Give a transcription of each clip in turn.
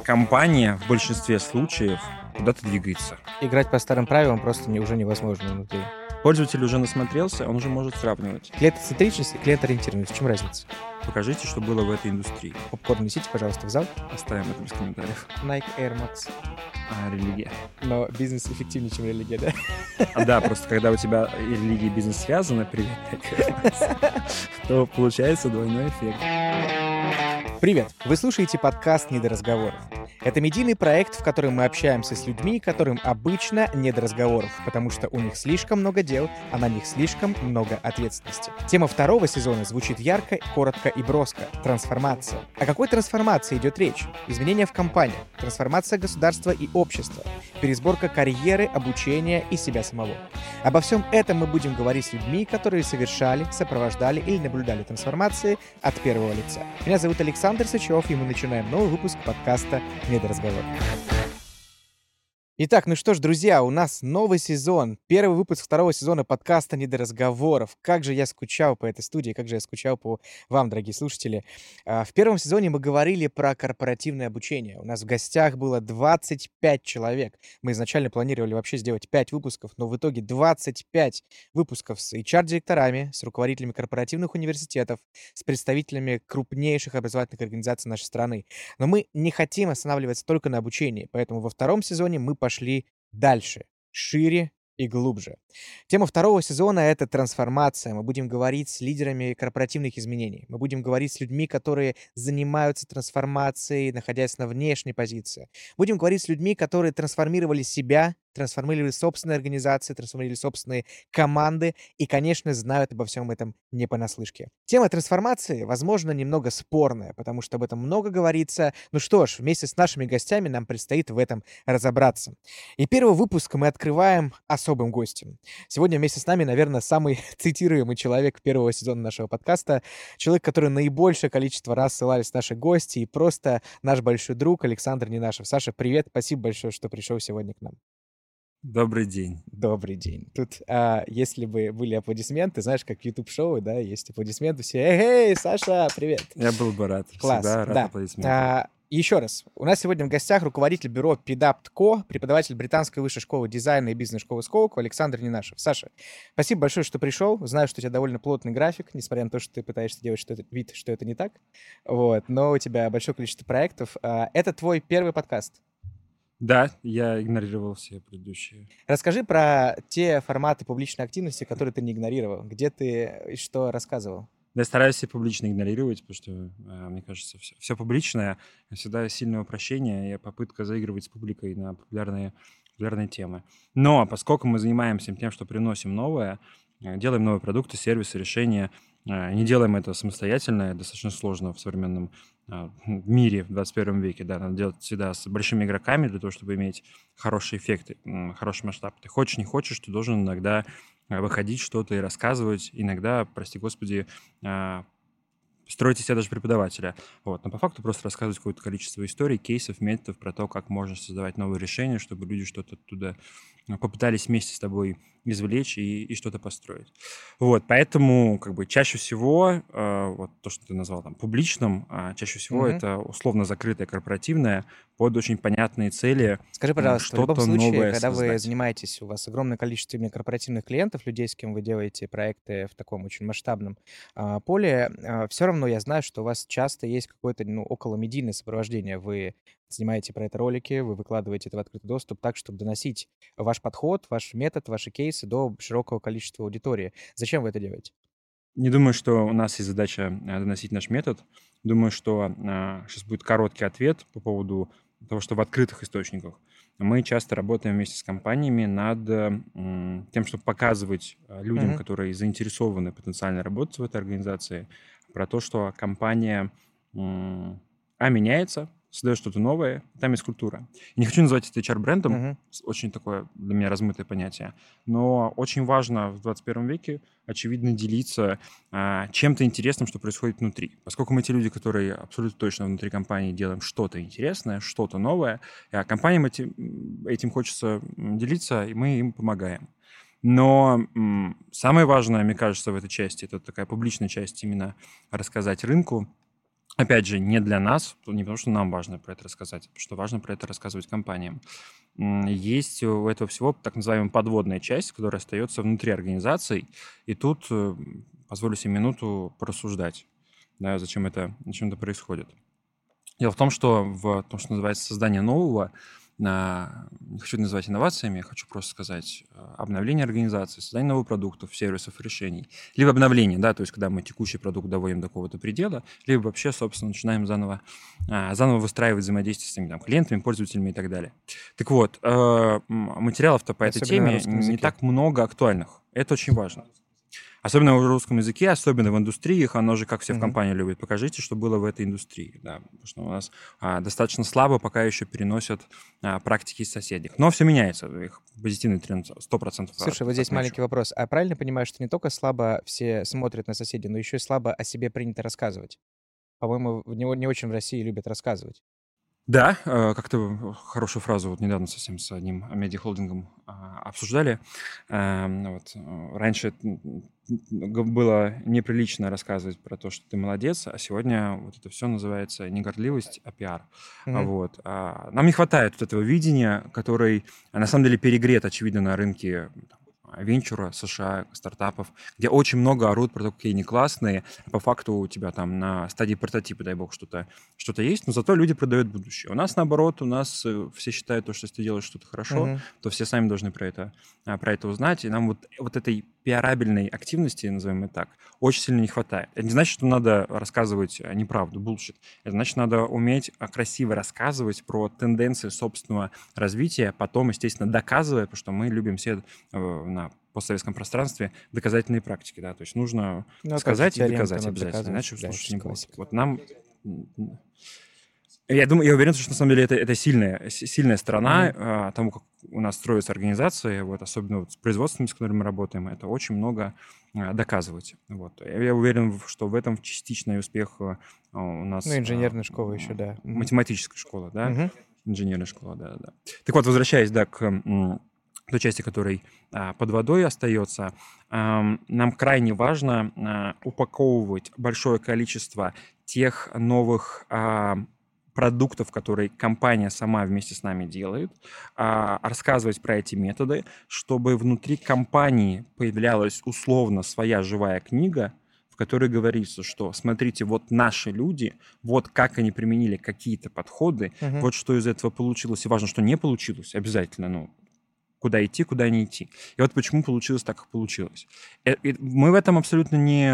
компания в большинстве случаев куда-то двигается. Играть по старым правилам просто уже невозможно внутри. Пользователь уже насмотрелся, он уже может сравнивать. Клиентоцентричность и клиенториентированность. В чем разница? Покажите, что было в этой индустрии. Попкорн несите, пожалуйста, в зал. Оставим это без комментариев. Nike Air Max. Религия. Но бизнес эффективнее, чем религия, да? Да, просто когда у тебя и религия, и бизнес связаны, то получается двойной эффект. Привет! Вы слушаете подкаст «Не до разговоров». Это медийный проект, в котором мы общаемся с людьми, которым обычно не до разговоров, потому что у них слишком много дел, а на них слишком много ответственности. Тема второго сезона звучит ярко, коротко и броско. Трансформация. О какой трансформации идет речь? Изменения в компании, трансформация государства и общества, пересборка карьеры, обучения и себя самого. Обо всем этом мы будем говорить с людьми, которые совершали, сопровождали или наблюдали трансформации от первого лица. Меня зовут Александр Сычев, и мы начинаем новый выпуск подкаста «Не до разговоров». Итак, ну что ж, друзья, у нас новый сезон. Первый выпуск второго сезона подкаста «Не до разговоров». Как же я скучал по этой студии, как же я скучал по вам, дорогие слушатели. В первом сезоне мы говорили про корпоративное обучение. У нас в гостях было 25 человек. Мы изначально планировали вообще сделать 5 выпусков, но в итоге 25 выпусков с HR-директорами, с руководителями корпоративных университетов, с представителями крупнейших образовательных организаций нашей страны. Но мы не хотим останавливаться только на обучении, поэтому во втором сезоне мы пошли дальше, шире и глубже. Тема второго сезона — это трансформация. Мы будем говорить с лидерами корпоративных изменений. Мы будем говорить с людьми, которые занимаются трансформацией, находясь на внешней позиции. Будем говорить с людьми, которые трансформировали себя, трансформировали собственные организации, трансформировали собственные команды и, конечно, знают обо всем этом не понаслышке. Тема трансформации, возможно, немного спорная, потому что об этом много говорится. Ну что ж, вместе с нашими гостями нам предстоит в этом разобраться. И первый выпуск мы открываем особым гостем. Сегодня вместе с нами, наверное, самый цитируемый человек первого сезона нашего подкаста, человек, который наибольшее количество раз ссылались наши гости, и просто наш большой друг Александр Ненашев. Саша, привет, спасибо большое, что пришел сегодня к нам. Добрый день. Добрый день. Тут, если бы были аплодисменты, знаешь, как в YouTube-шоу, да, есть аплодисменты, все, эй, Саша, привет. Я был бы рад. Класс, Всегда рад аплодисментам. Еще раз, у нас сегодня в гостях руководитель бюро PDAPT.co, преподаватель Британской высшей школы дизайна и бизнес-школы Сколково Александр Ненашев. Саша, спасибо большое, что пришел. Знаю, что у тебя довольно плотный график, несмотря на то, что ты пытаешься делать вид, что это не так. Вот, но у тебя большое количество проектов. Это твой первый подкаст. Да, я игнорировал все предыдущие. Расскажи про те форматы публичной активности, которые ты не игнорировал. Где ты и что рассказывал? Я стараюсь все публично игнорировать, потому что, мне кажется, все публичное всегда сильное упрощение и попытка заигрывать с публикой на популярные темы. Но поскольку мы занимаемся тем, что приносим новое, делаем новые продукты, сервисы, решения, не делаем это самостоятельно, это достаточно сложно в современном мире в 21 веке. Да, надо делать всегда с большими игроками для того, чтобы иметь хорошие эффекты, хороший масштаб. Ты хочешь, не хочешь, ты должен иногда выходить что-то и рассказывать. Иногда, прости господи, строить из себя даже преподавателя. Вот. Но по факту просто рассказывать какое-то количество историй, кейсов, методов про то, как можно создавать новые решения, чтобы люди что-то оттуда попытались вместе с тобой извлечь и что-то построить. Вот, поэтому как бы чаще всего вот то, что ты назвал там публичным, чаще всего это условно закрытое корпоративное под очень понятные цели. Скажи, пожалуйста, в любом случае, когда создать. вы занимаетесь, у вас огромное количество именно корпоративных клиентов, людей, с кем вы делаете проекты в таком очень масштабном поле, все равно я знаю, что у вас часто есть какое-то околомедийное сопровождение. Вы снимаете про это ролики, вы выкладываете это в открытый доступ так, чтобы доносить ваш подход, ваш метод, ваши кейсы до широкого количества аудитории. Зачем вы это делаете? Не думаю, что у нас есть задача доносить наш метод. Думаю, что сейчас будет короткий ответ по поводу того, что в открытых источниках мы часто работаем вместе с компаниями над тем, чтобы показывать людям, которые заинтересованы потенциально работать в этой организации, про то, что компания меняется, создает что-то новое, там есть культура. Я не хочу называть это HR-брендом, очень такое для меня размытое понятие, но очень важно в 21 веке, очевидно, делиться чем-то интересным, что происходит внутри. Поскольку мы те люди, которые абсолютно точно внутри компании делаем что-то интересное, что-то новое, а компаниям этим хочется делиться, и мы им помогаем. Но самое важное, мне кажется, в этой части, это такая публичная часть, именно рассказать рынку, Опять же, не для нас, не потому что нам важно про это рассказать, а потому что важно про это рассказывать компаниям. Есть у этого всего так называемая подводная часть, которая остается внутри организаций, и тут позволю себе минуту порассуждать, да, зачем это происходит. Дело в том, что в том, что называется создание нового, не хочу это называть инновациями, я хочу просто сказать обновление организации, создание новых продуктов, сервисов, решений. Либо обновление, да, то есть когда мы текущий продукт доводим до какого-то предела, либо вообще, собственно, начинаем заново выстраивать взаимодействие с своими там, клиентами, пользователями и так далее. Так вот, материалов-то по этой Особенно на теме русском не языке. так много актуальных. Это очень важно. Особенно в русском языке, особенно в индустриях, оно же, как все в компании любят, покажите, что было в этой индустрии. Да, потому что у нас достаточно слабо пока еще переносят практики из соседних. Но все меняется, их позитивный тренд 100%. Слушай, вот здесь отмечу. маленький вопрос. А правильно понимаю, что не только слабо все смотрят на соседей, но еще и слабо о себе принято рассказывать? По-моему, не очень в России любят рассказывать. Да, как-то хорошую фразу вот недавно совсем с одним медиахолдингом обсуждали. Раньше было неприлично рассказывать про то, что ты молодец, а сегодня вот это все называется не гордливость, а пиар. Вот. Нам не хватает вот этого видения, который на самом деле перегрет, очевидно, на рынке венчура, США, стартапов, где очень много орут про то, какие они классные. По факту у тебя там на стадии прототипа, дай бог, что-то есть, но зато люди продают будущее. У нас наоборот, у нас все считают, то, что если ты делаешь что-то хорошо, то все сами должны про это узнать. И нам вот этой пиарабельной активности, назовем это так, очень сильно не хватает. Это не значит, что надо рассказывать неправду, bullshit. Это значит, надо уметь красиво рассказывать про тенденции собственного развития, потом, естественно, доказывая, потому что мы любим все на постсоветском пространстве доказательные практики, да, то есть нужно сказать и доказать обязательно, иначе слушать не будут. Вот нам... Я уверен, что на самом деле это сильная сторона тому, как у нас строятся организации, вот, особенно вот с производствами, с которыми мы работаем, это очень много доказывать. Вот. Я уверен, что в этом частичный успех у нас... Ну, инженерная школа еще, да. Математическая школа, да? Инженерная школа, да. Так вот, возвращаясь, да, к той части, которой под водой остается, нам крайне важно упаковывать большое количество тех новых продуктов, которые компания сама вместе с нами делает, рассказывать про эти методы, чтобы внутри компании появлялась условно своя живая книга, в которой говорится, что смотрите, вот наши люди, вот как они применили какие-то подходы, вот что из этого получилось, и важно, что не получилось, обязательно, куда идти, куда не идти. И вот почему получилось так, как получилось. Мы в этом абсолютно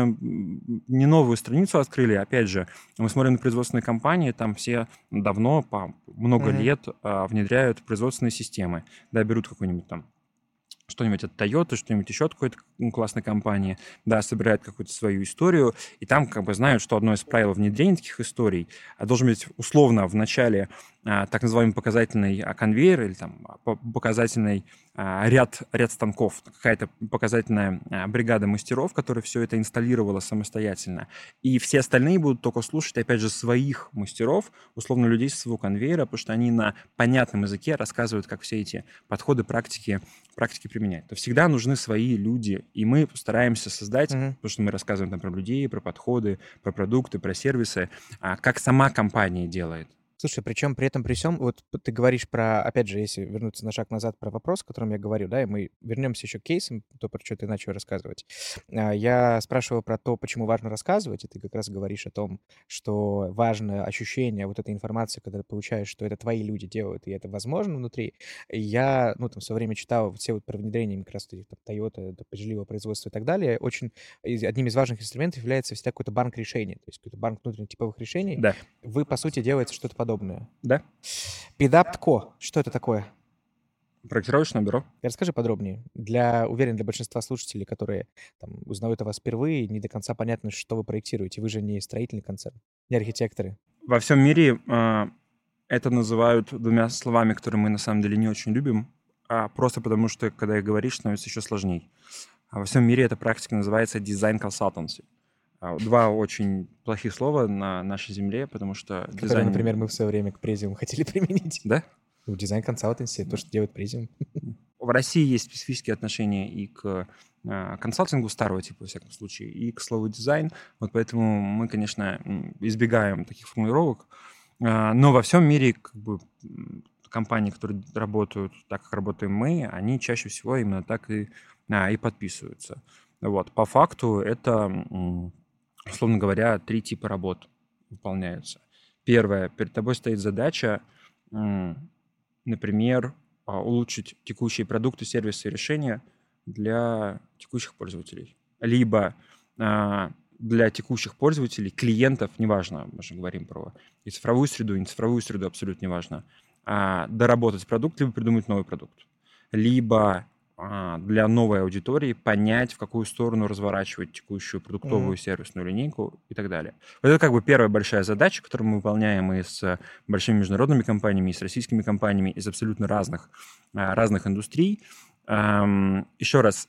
не новую страницу открыли. Опять же, мы смотрим на производственные компании, там все давно, по много лет внедряют производственные системы. Да, берут какой-нибудь там что-нибудь от Toyota, что-нибудь еще от какой-то классной компании, да, собирают какую-то свою историю, и там как бы знают, что одно из правил внедрения таких историй должен быть условно в начале так называемый показательный конвейер или там показательный ряд станков, какая-то показательная бригада мастеров, которая все это инсталлировала самостоятельно. И все остальные будут только слушать, опять же, своих мастеров, условно людей со своего конвейера, потому что они на понятном языке рассказывают, как все эти подходы, практики применять. То всегда нужны свои люди, и мы стараемся создать, потому что мы рассказываем там про людей, про подходы, про продукты, про сервисы, как сама компания делает. Слушай, причем при этом при всем, вот ты говоришь про, опять же, если вернуться на шаг назад про вопрос, о котором я говорю, да, и мы вернемся еще к кейсам, то, про что ты начал рассказывать. Я спрашивал про то, почему важно рассказывать, и ты как раз говоришь о том, что важно ощущение вот этой информации, когда ты получаешь, что это твои люди делают, и это возможно внутри. Я, там, в свое время читал все вот про внедрение как раз этих там Toyota, пожалелого производства и так далее. Очень одним из важных инструментов является всегда какой-то банк решений, то есть какой-то банк внутренних типовых решений. Да. Вы, по сути, делаете что-то подобное. Да. PDAPTCO. Что это такое? Проектировочное бюро. Расскажи подробнее. Уверен, для большинства слушателей, которые там узнают о вас впервые, не до конца понятно, что вы проектируете. Вы же не строительный концерн, не архитекторы. Во всем мире это называют двумя словами, которые мы на самом деле не очень любим, просто потому что, когда их говоришь, становится еще сложнее. Во всем мире эта практика называется design consultancy. Два очень плохих слова на нашей земле, потому что Которые, например, мы в свое время к Презиуму хотели применить. Да? Дизайн консалтинси, то, что делает Презиум. В России есть специфические отношения и к консалтингу старого типа, во всяком случае, и к слову дизайн. Вот поэтому мы, конечно, избегаем таких формулировок. Но во всем мире как бы компании, которые работают так, как работаем мы, они чаще всего именно так и подписываются. Вот. По факту это, условно говоря, 3 типа работ выполняются. Первое. Перед тобой стоит задача, например, улучшить текущие продукты, сервисы и решения для текущих пользователей. Либо для текущих пользователей, клиентов, неважно, мы же говорим про и цифровую среду, и не цифровую среду, абсолютно неважно, доработать продукт, либо придумать новый продукт. Либо для новой аудитории понять, в какую сторону разворачивать текущую продуктовую сервисную линейку и так далее. Вот это как бы первая большая задача, которую мы выполняем и с большими международными компаниями, и с российскими компаниями из абсолютно разных индустрий. Еще раз,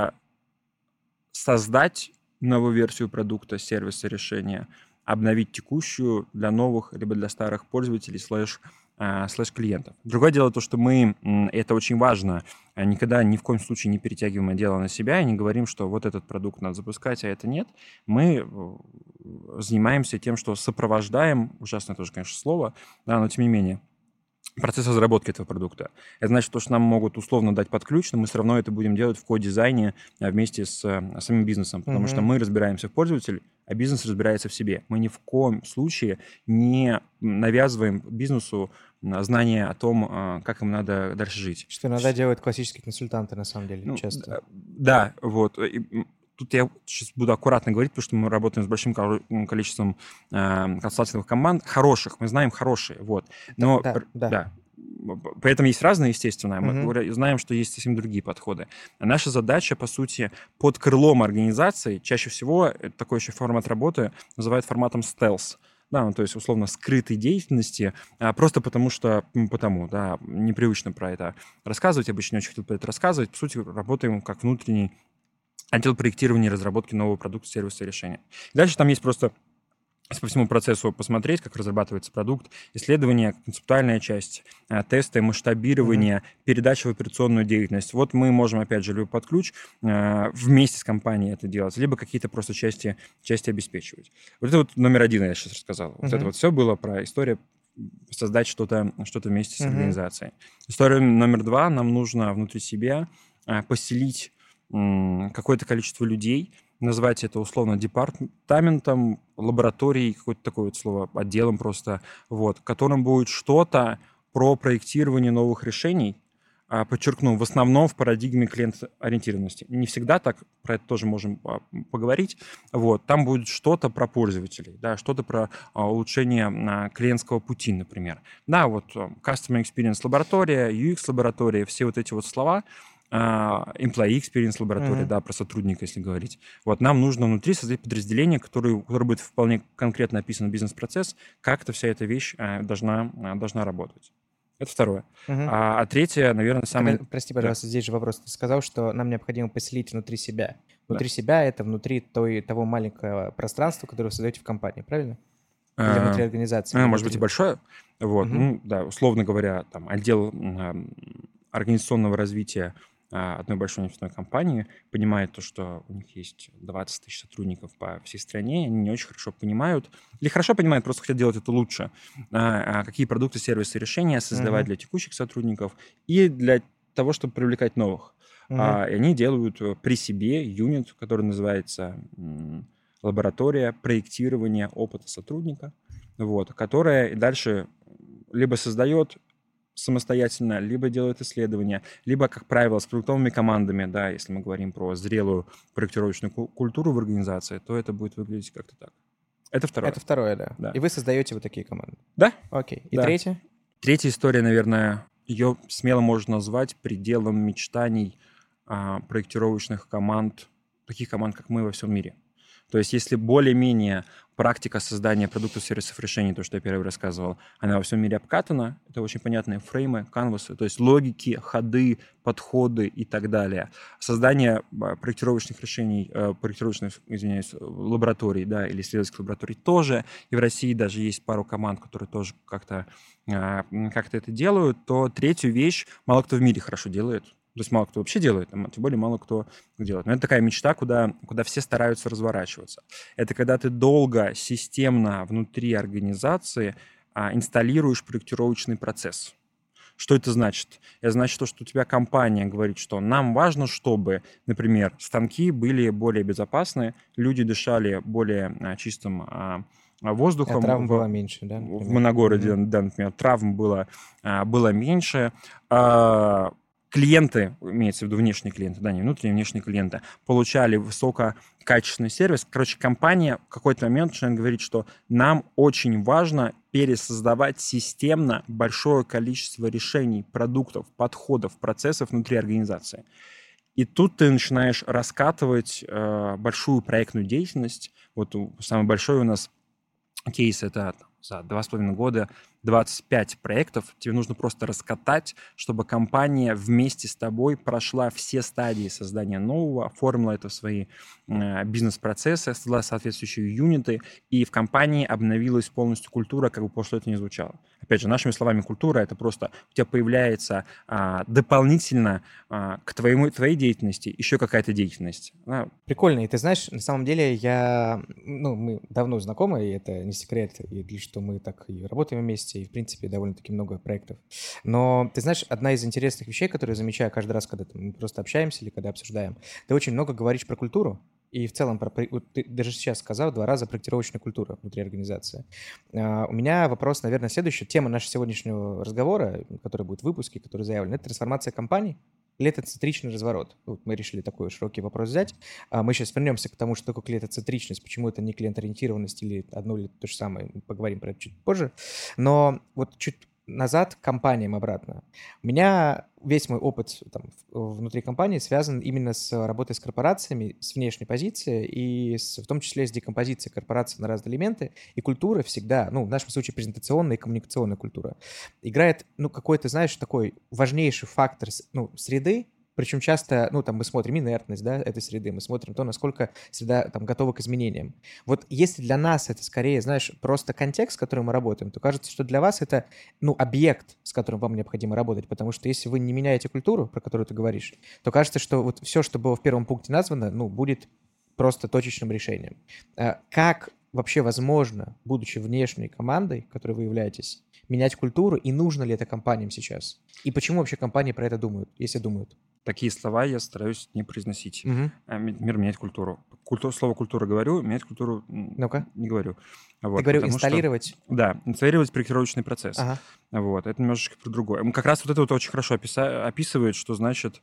создать новую версию продукта, сервиса, решения, обновить текущую для новых либо для старых пользователей /клиентов. Другое дело то, что мы, это очень важно, никогда ни в коем случае не перетягиваем дело на себя и не говорим, что вот этот продукт надо запускать, а это нет. Мы занимаемся тем, что сопровождаем, ужасное тоже, конечно, слово, да, но тем не менее, процесс разработки этого продукта. Это значит, что нам могут условно дать под ключ, но мы все равно это будем делать в кодизайне вместе с самим бизнесом, потому что мы разбираемся в пользователе, а бизнес разбирается в себе. Мы ни в коем случае не навязываем бизнесу знания о том, как им надо дальше жить. Что иногда делают классические консультанты, на самом деле, часто. Да, вот. Тут я сейчас буду аккуратно говорить, потому что мы работаем с большим количеством консалтинговых команд. Хороших, мы знаем хорошие, вот. Но, да. Поэтому есть разные, естественно. Мы знаем, что есть совсем другие подходы. Наша задача, по сути, под крылом организации, чаще всего такой еще формат работы называют форматом стелс. Да, то есть, условно, скрытой деятельности, просто потому, да, непривычно про это рассказывать, обычно не очень хотел про это рассказывать. По сути, работаем как внутренний отдел проектирования и разработки нового продукта, сервиса и решения. Дальше там есть просто по всему процессу посмотреть, как разрабатывается продукт, исследование, концептуальная часть, тесты, масштабирование, передача в операционную деятельность. Вот мы можем, опять же, либо под ключ вместе с компанией это делать, либо какие-то просто части обеспечивать. Вот это вот номер один я сейчас рассказал. Вот это вот все было про историю создать что-то вместе с организацией. История номер 2. Нам нужно внутри себя поселить какое-то количество людей, назвать это условно департаментом, лабораторией, какое-то такое вот слово, отделом просто, вот, которым будет что-то про проектирование новых решений, подчеркну, в основном в парадигме клиент-ориентированности. Не всегда так, про это тоже можем поговорить. Вот, там будет что-то про пользователей, да, что-то про улучшение клиентского пути, например. Да, вот Customer Experience лаборатория, UX лаборатория, все вот эти вот слова, employee experience лаборатория, да, про сотрудника, если говорить. Вот нам нужно внутри создать подразделение, которое будет вполне конкретно описан бизнес-процесс, как вся эта вещь должна работать. Это второе. А третье, наверное, самое... Прости, пожалуйста, здесь же вопрос. Ты сказал, что нам необходимо поселить внутри себя. Внутри себя — это внутри того маленького пространства, которое вы создаете в компании, правильно? Или внутри организации? Может быть, и большое. Вот. Да, условно говоря, там отдел организационного развития одной большой нефтяной компании понимает то, что у них есть 20 тысяч сотрудников по всей стране, они не очень хорошо понимают, или хорошо понимают, просто хотят делать это лучше, какие продукты, сервисы, решения создавать для текущих сотрудников и для того, чтобы привлекать новых. И они делают при себе юнит, который называется лаборатория проектирования опыта сотрудника, вот, которая дальше либо создает самостоятельно, либо делают исследования, либо, как правило, с продуктовыми командами, да, если мы говорим про зрелую проектировочную культуру в организации, то это будет выглядеть как-то так. Это второе. Это второе, да. И вы создаете вот такие команды? Да. Окей. И третье? Третья история, наверное, ее смело можно назвать пределом мечтаний проектировочных команд, таких команд, как мы во всем мире. То есть если более-менее практика создания продуктов, сервисов, решений, то, что я первый рассказывал, она во всем мире обкатана, это очень понятные фреймы, канвасы, то есть логики, ходы, подходы и так далее. Создание проектировочных решений, лабораторий, да, или исследовательских лабораторий тоже, и в России даже есть пару команд, которые тоже как-то это делают, то третью вещь мало кто в мире хорошо делает. То есть мало кто вообще делает, а тем более мало кто делает. Но это такая мечта, куда все стараются разворачиваться. Это когда ты долго, системно внутри организации инсталируешь проектировочный процесс. Что это значит? Это значит то, что у тебя компания говорит, что нам важно, чтобы, например, станки были более безопасны, люди дышали более чистым А воздухом. травм было меньше, да, В например? моногороде, да, например, травм было меньше. Клиенты, имеется в виду внешние клиенты, да, не внутренние, внешние клиенты, получали высококачественный сервис. Короче, компания в какой-то момент начинает говорить, что нам очень важно пересоздавать системно большое количество решений, продуктов, подходов, процессов внутри организации. И тут ты начинаешь раскатывать большую проектную деятельность. Вот самый большой у нас кейс — это за 2,5 года 25 проектов. Тебе нужно просто раскатать, чтобы компания вместе с тобой прошла все стадии создания нового, оформила это в свои бизнес-процессы, создала соответствующие юниты, и в компании обновилась полностью культура, как бы пошло это ни звучало. Опять же, нашими словами, культура — это просто у тебя появляется дополнительно к твоей деятельности еще какая-то деятельность. Прикольно. И ты знаешь, на самом деле мы давно знакомы, и это не секрет, и что мы так и работаем вместе, и, в принципе, довольно-таки много проектов. Но, ты знаешь, одна из интересных вещей, которую я замечаю каждый раз, когда мы просто общаемся или когда обсуждаем, ты очень много говоришь про культуру, и в целом вот ты даже сейчас сказал 2 раза проектировочная культура внутри организации. У меня вопрос, наверное, следующий. Тема нашего сегодняшнего разговора, который будет в выпуске, который заявлен, это трансформация компаний клиентоцентричный разворот. Вот мы решили такой широкий вопрос взять. Мы сейчас вернемся к тому, что такое клиентоцентричность, почему это не клиенториентированность или одно или то же самое. Мы поговорим про это чуть позже. Но вот чуть назад к компаниям обратно. У меня весь мой опыт там, внутри компании связан именно с работой с корпорациями, с внешней позиции и в том числе с декомпозицией корпораций на разные элементы. И культура всегда, в нашем случае презентационная и коммуникационная культура, играет, какой-то, знаешь, такой важнейший фактор среды. Причем часто, мы смотрим инертность, да, этой среды, мы смотрим то, насколько среда там готова к изменениям. Вот если для нас это скорее, знаешь, просто контекст, с которым мы работаем, то кажется, что для вас это, объект, с которым вам необходимо работать, потому что если вы не меняете культуру, про которую ты говоришь, то кажется, что вот все, что было в первом пункте названо, будет просто точечным решением. Как вообще возможно, будучи внешней командой, которой вы являетесь, менять культуру, и нужно ли это компаниям сейчас? И почему вообще компании про это думают, если думают? Такие слова я стараюсь не произносить. Угу. Мир менять культуру. Слово культура говорю, менять культуру Ну-ка. не говорю. Вот, Ты говорил инсталлировать? Да, инсталлировать проектировочный процесс. Ага. Вот, это немножечко про другое. Как раз вот это вот очень хорошо описывает, что значит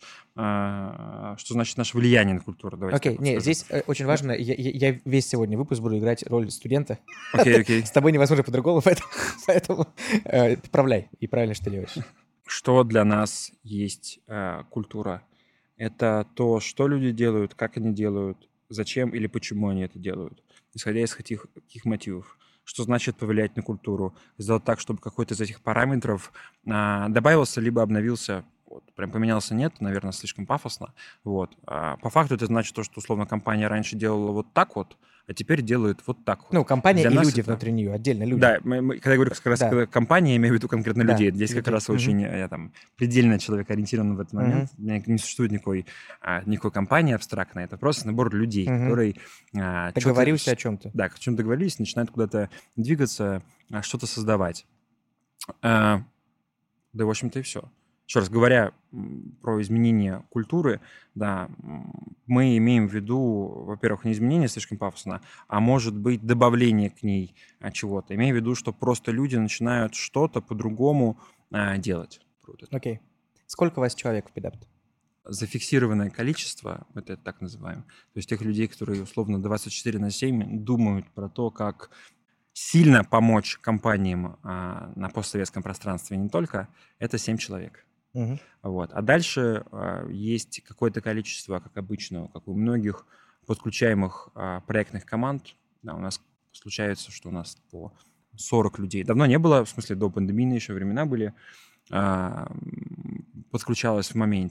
наше влияние на культуру. Окей, здесь очень важно, я весь сегодня выпуск буду играть роль студента. Окей. С тобой невозможно по-другому, поэтому поправляй, и правильно что делаешь. Что для нас есть культура? Это то, что люди делают, как они делают, зачем или почему они это делают, исходя из каких мотивов. Что значит повлиять на культуру? Сделать так, чтобы какой-то из этих параметров добавился либо обновился. Вот. Прям поменялся нет, наверное, слишком пафосно. Вот. По факту это значит то, что, условно, компания раньше делала вот так вот, а теперь делает вот так вот. Компания и люди внутри нее, отдельно люди. Да, когда я говорю как раз компания, я имею в виду конкретно людей. Здесь как раз очень я там предельно человекоориентирован в этот момент. У меня не существует никакой компании абстрактной. Это просто набор людей, которые... Договорился о чем-то. Да, о чем договорились, начинают куда-то двигаться, что-то создавать. Да, в общем-то, и все. Еще раз говоря про изменение культуры, да, мы имеем в виду, во-первых, не изменение слишком пафосно, а может быть добавление к ней чего-то. Имею в виду, что просто люди начинают что-то по-другому делать. Окей. Сколько у вас человек в Pedapt? Зафиксированное количество, это так называем, то есть тех людей, которые условно 24/7 думают про то, как сильно помочь компаниям на постсоветском пространстве не только, это 7 человек. Угу. Вот. А дальше есть какое-то количество, как обычно, как у многих подключаемых проектных команд. Да, у нас случается, что у нас по 40 людей. Давно не было, в смысле до пандемийные еще времена были, подключалось в моменте.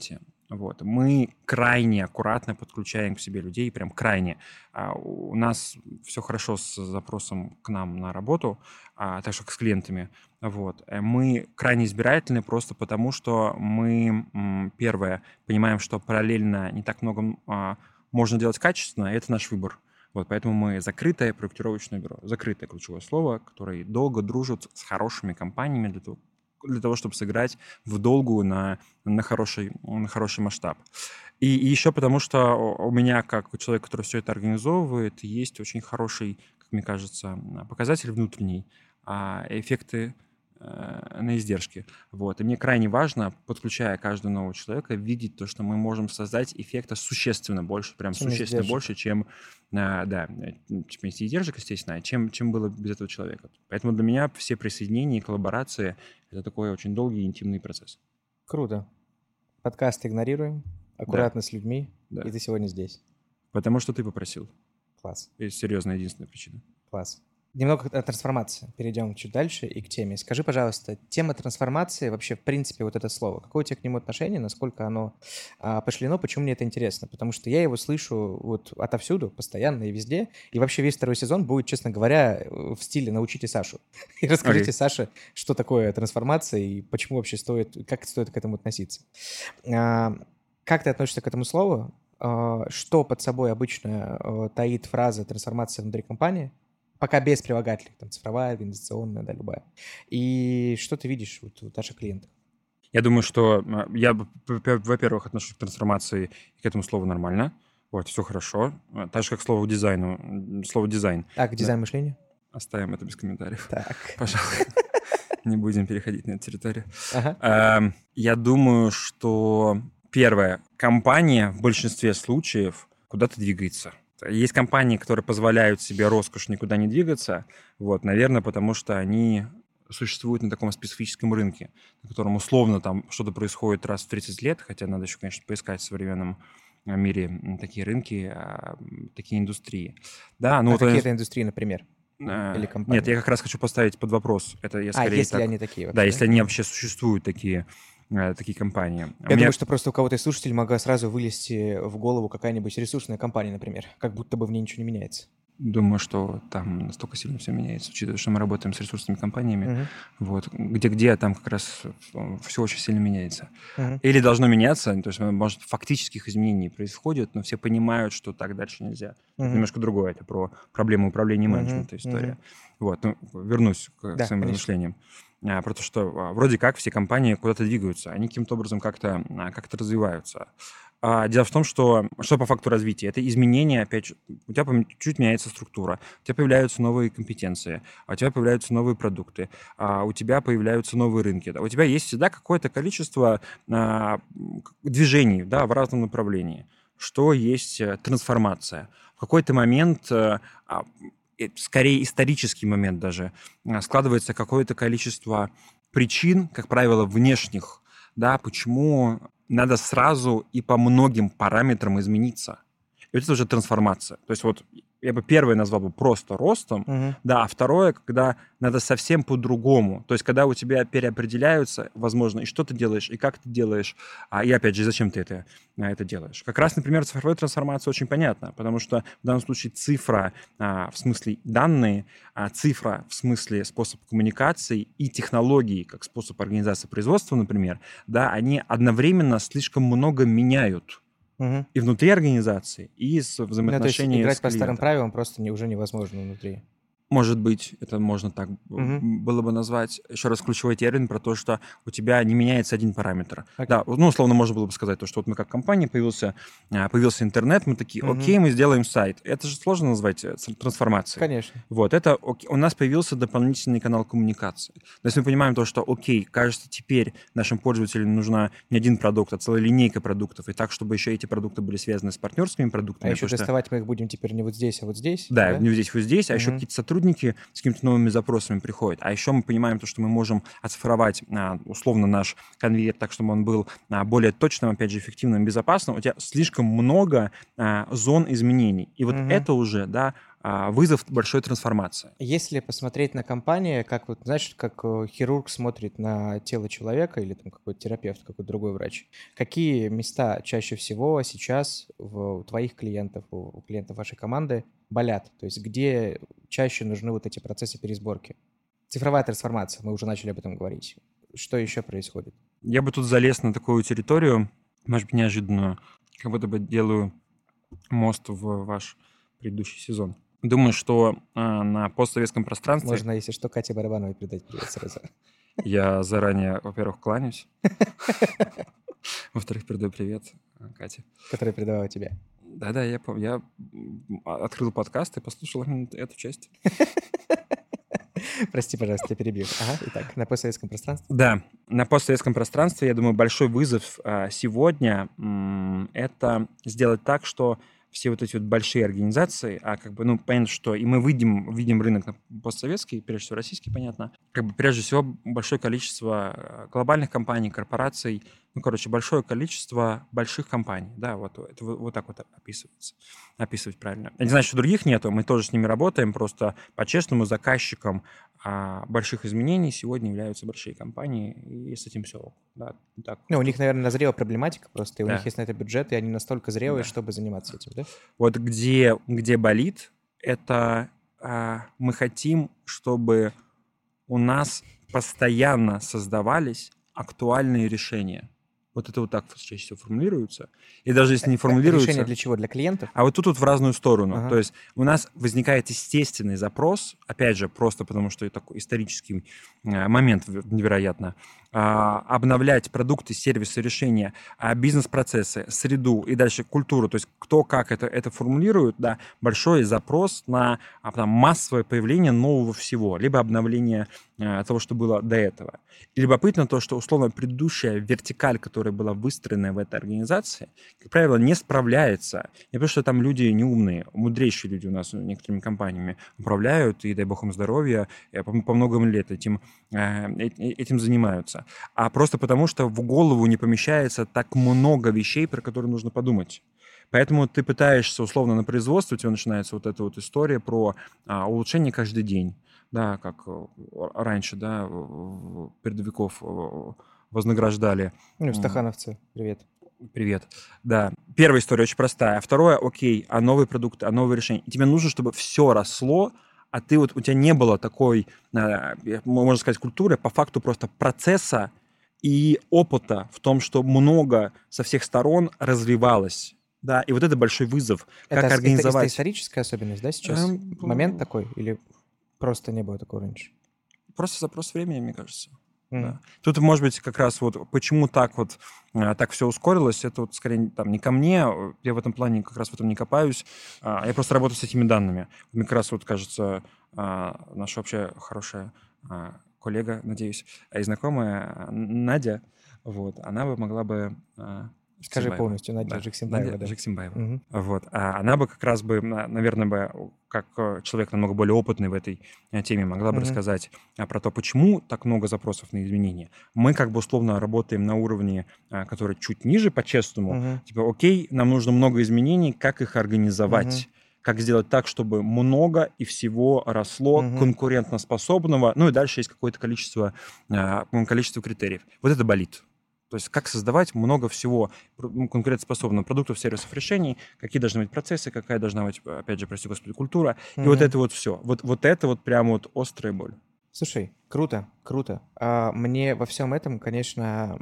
Вот. Мы крайне аккуратно подключаем к себе людей, прям крайне. У нас все хорошо с запросом к нам на работу, так что с клиентами. Вот. Мы крайне избирательны просто потому, что мы, первое, понимаем, что параллельно не так много можно делать качественно, и это наш выбор. Вот, поэтому мы закрытое проектировочное бюро. Закрытое ключевое слово, которое долго дружит с хорошими компаниями для того, чтобы сыграть в долгую на хороший масштаб. И еще потому, что у меня, как у человека, который все это организовывает, есть очень хороший, как мне кажется, показатель внутренний, эффекты на издержки. Вот. И мне крайне важно, подключая каждого нового человека, видеть то, что мы можем создать эффекта существенно больше, прям Чем существенно издержек. больше, чем, издержек, естественно, чем было без этого человека. Поэтому для меня все присоединения и коллаборации — это такой очень долгий и интимный процесс. Круто. Подкаст игнорируем, аккуратно с людьми, Да. и ты сегодня здесь. Потому что ты попросил. Класс. Это серьезная единственная причина. Класс. Немного о трансформации. Перейдем чуть дальше и к теме. Скажи, пожалуйста, тема трансформации, вообще, в принципе, вот это слово, какое у тебя к нему отношение, насколько оно пошлено, почему мне это интересно? Потому что я его слышу вот отовсюду, постоянно и везде, и вообще весь второй сезон будет, честно говоря, в стиле «научите Сашу». И расскажите Саше, что такое трансформация и почему вообще как стоит к этому относиться. Как ты относишься к этому слову? Что под собой обычно таит фраза «трансформация внутри компании»? Пока без прилагательных, там, цифровая, организационная, да, любая. И что ты видишь вот в наших клиентах? Я думаю, что я, во-первых, отношусь к трансформации и к этому слову нормально. Вот, все хорошо. Так же, как к слову дизайну. Слово «дизайн». К дизайн мышления? Оставим это без комментариев. Так. Пожалуйста. Не будем переходить на эту территорию. Ага. Я думаю, что, первое, компания в большинстве случаев куда-то двигается. Есть компании, которые позволяют себе роскошь никуда не двигаться, вот, наверное, потому что они существуют на таком специфическом рынке, на котором условно там что-то происходит раз в 30 лет, хотя надо еще, конечно, поискать в современном мире такие рынки, такие индустрии. Да, ну, какие-то индустрии, например? Или компании? Нет, я как раз хочу поставить под вопрос. Это я скорее если так, они такие вообще. Да, если они вообще существуют, такие компании. Я думаю, что просто у кого-то из слушателей могла сразу вылезти в голову какая-нибудь ресурсная компания, например, как будто бы в ней ничего не меняется. Думаю, что там настолько сильно все меняется, учитывая, что мы работаем с ресурсными компаниями. Вот. Где там как раз все очень сильно меняется. Или должно меняться, то есть, может, фактических изменений происходит, но все понимают, что так дальше нельзя. Это немножко другое, это про проблемы управления и менеджмента история. Вот. Ну, вернусь к своим размышлениям. Про то, что вроде как все компании куда-то двигаются, они каким-то образом как-то развиваются. Дело в том, что по факту развития? Это изменение, опять же, у тебя чуть меняется структура, у тебя появляются новые компетенции, у тебя появляются новые продукты, у тебя появляются новые рынки. У тебя есть всегда какое-то количество движений, да, в разном направлении. Что есть трансформация? В какой-то момент, скорее исторический момент даже, складывается какое-то количество причин, как правило, внешних, да, почему надо сразу и по многим параметрам измениться. И это уже трансформация. То есть вот я бы первое назвал бы просто ростом, да, а второе, когда надо совсем по-другому. То есть когда у тебя переопределяются, возможно, и что ты делаешь, и как ты делаешь, и опять же, зачем ты это делаешь. Как раз, например, цифровая трансформация очень понятна, потому что в данном случае цифра в смысле данные, цифра в смысле способ коммуникации и технологии как способ организации производства, например, да, они одновременно слишком много меняют. И внутри организации, и с взаимоотношениями с играть по клиентом. старым правилам просто уже невозможно внутри. Может быть, это можно так было бы назвать. Еще раз ключевой термин про то, что у тебя не меняется один параметр. Да, ну, условно, можно было бы сказать, то, что вот мы как компания, появился интернет, мы такие, окей, мы сделаем сайт. Это же сложно назвать трансформацией. Конечно. Вот, это у нас появился дополнительный канал коммуникации. То есть мы понимаем то, что, окей, кажется, теперь нашим пользователям нужна не один продукт, а целая линейка продуктов, и так, чтобы еще эти продукты были связаны с партнерскими продуктами. А еще тестовать мы их будем теперь не вот здесь, а вот здесь. Да, не вот здесь, вот здесь, а еще какие-то сотрудники с какими-то новыми запросами приходят. А еще мы понимаем то, что мы можем оцифровать условно наш конвейер так, чтобы он был более точным, опять же, эффективным, безопасным. У тебя слишком много зон изменений. И вот это уже, да, вызов большой трансформации. Если посмотреть на компанию, как вот, знаешь, как хирург смотрит на тело человека или там какой-то терапевт, какой-то другой врач, какие места чаще всего сейчас у твоих клиентов, у клиентов вашей команды болят? То есть где чаще нужны вот эти процессы пересборки? Цифровая трансформация, мы уже начали об этом говорить. Что еще происходит? Я бы тут залез на такую территорию, может быть, неожиданную, как будто бы делаю мост в ваш предыдущий сезон. Думаю, что на постсоветском пространстве... Можно, если что, Кате Барабановой передать привет сразу. Я заранее, во-первых, кланяюсь. Во-вторых, передаю привет Кате. Которая передавала тебе. Да-да, я помню. Я открыл подкаст и послушал именно эту часть. Прости, пожалуйста, я перебью. Ага, итак, на постсоветском пространстве. Да, на постсоветском пространстве, я думаю, большой вызов сегодня это сделать так, что все вот эти вот большие организации, понятно, что и мы видим рынок постсоветский, прежде всего российский, понятно, прежде всего большое количество глобальных компаний, корпораций, большое количество больших компаний, да, вот это вот так вот описывать правильно. Это не значит, что других нету, мы тоже с ними работаем, просто по-честному заказчиком больших изменений сегодня являются большие компании, и с этим все. Да, так. У них, наверное, назрела проблематика просто, и у Да. них есть на это бюджет, и они настолько зрелые, чтобы заниматься этим, да? Вот где болит, это мы хотим, чтобы у нас постоянно создавались актуальные решения. Вот это вот так чаще всего формулируется. И даже если не формулируется... Решение для чего? Для клиентов? А вот тут в разную сторону. Ага. То есть у нас возникает естественный запрос, опять же, просто потому что это такой исторический момент невероятно, обновлять продукты, сервисы, решения, бизнес-процессы, среду и дальше культуру. То есть кто как это формулирует, да, большой запрос на массовое появление нового всего, либо обновление того, что было до этого. И любопытно то, что условно предыдущая вертикаль, которая была выстроена в этой организации, как правило, не справляется. Не потому что там люди неумные, мудрейшие люди у нас некоторыми компаниями управляют, и дай бог им здоровья, по много лет этим занимаются. А просто потому, что в голову не помещается так много вещей, про которые нужно подумать. Поэтому ты пытаешься условно на производстве, у тебя начинается вот эта вот история про улучшение каждый день. Да, как раньше, да, передовиков вознаграждали. Стахановцы, привет. Привет. Да. Первая история очень простая. А второе, окей, новые продукты, новые решения. И тебе нужно, чтобы все росло, а у тебя не было такой, можно сказать, культуры, по факту просто процесса и опыта в том, что много со всех сторон развивалось. Да, и вот это большой вызов. Как организовать... Это историческая особенность, да, сейчас? Момент такой? Или просто не было такого раньше? Просто запрос времени, мне кажется. Да. Тут, может быть, как раз вот почему так все ускорилось, это вот скорее не ко мне, я в этом плане как раз в этом не копаюсь, я просто работаю с этими данными. Мне как раз кажется, наша вообще хорошая коллега, надеюсь, и знакомая Надя, она бы могла бы... Скажи полностью, Надя Жексимбаева. Надя Жексимбаева. Вот. Она бы как раз бы, наверное, как человек намного более опытный в этой теме, могла бы рассказать про то, почему так много запросов на изменения. Мы условно работаем на уровне, который чуть ниже, по-честному. Окей, нам нужно много изменений, как их организовать? Как сделать так, чтобы много и всего росло, конкурентоспособного, и дальше есть какое-то количество критериев. Вот это болит. То есть как создавать много всего конкурентоспособных продуктов, сервисов, решений, какие должны быть процессы, какая должна быть, опять же, прости господи, культура. И вот это вот все. Вот это вот прям вот острая боль. Слушай, круто. Мне во всем этом, конечно,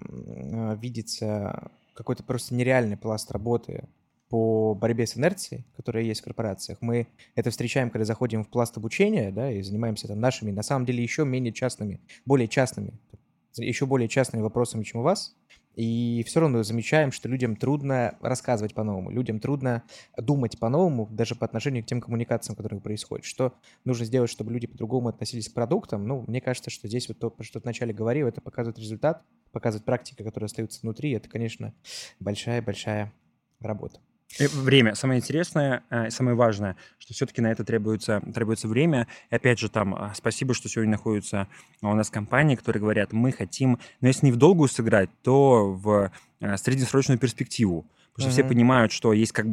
видится какой-то просто нереальный пласт работы по борьбе с инерцией, которая есть в корпорациях. Мы это встречаем, когда заходим в пласт обучения, да, и занимаемся там нашими, на самом деле, еще более частными вопросами, чем у вас, и все равно замечаем, что людям трудно рассказывать по-новому, людям трудно думать по-новому, даже по отношению к тем коммуникациям, которые происходят. Что нужно сделать, чтобы люди по-другому относились к продуктам? Мне кажется, что здесь вот то, про что ты вначале говорил, это показывает результат, показывает практика, которая остается внутри. Это, конечно, большая-большая работа. Время. Самое интересное и самое важное, что все-таки на это требуется время. И опять же, спасибо, что сегодня находятся у нас компании, которые говорят, мы хотим, но если не в долгую сыграть, то в среднесрочную перспективу. Потому что все понимают, что есть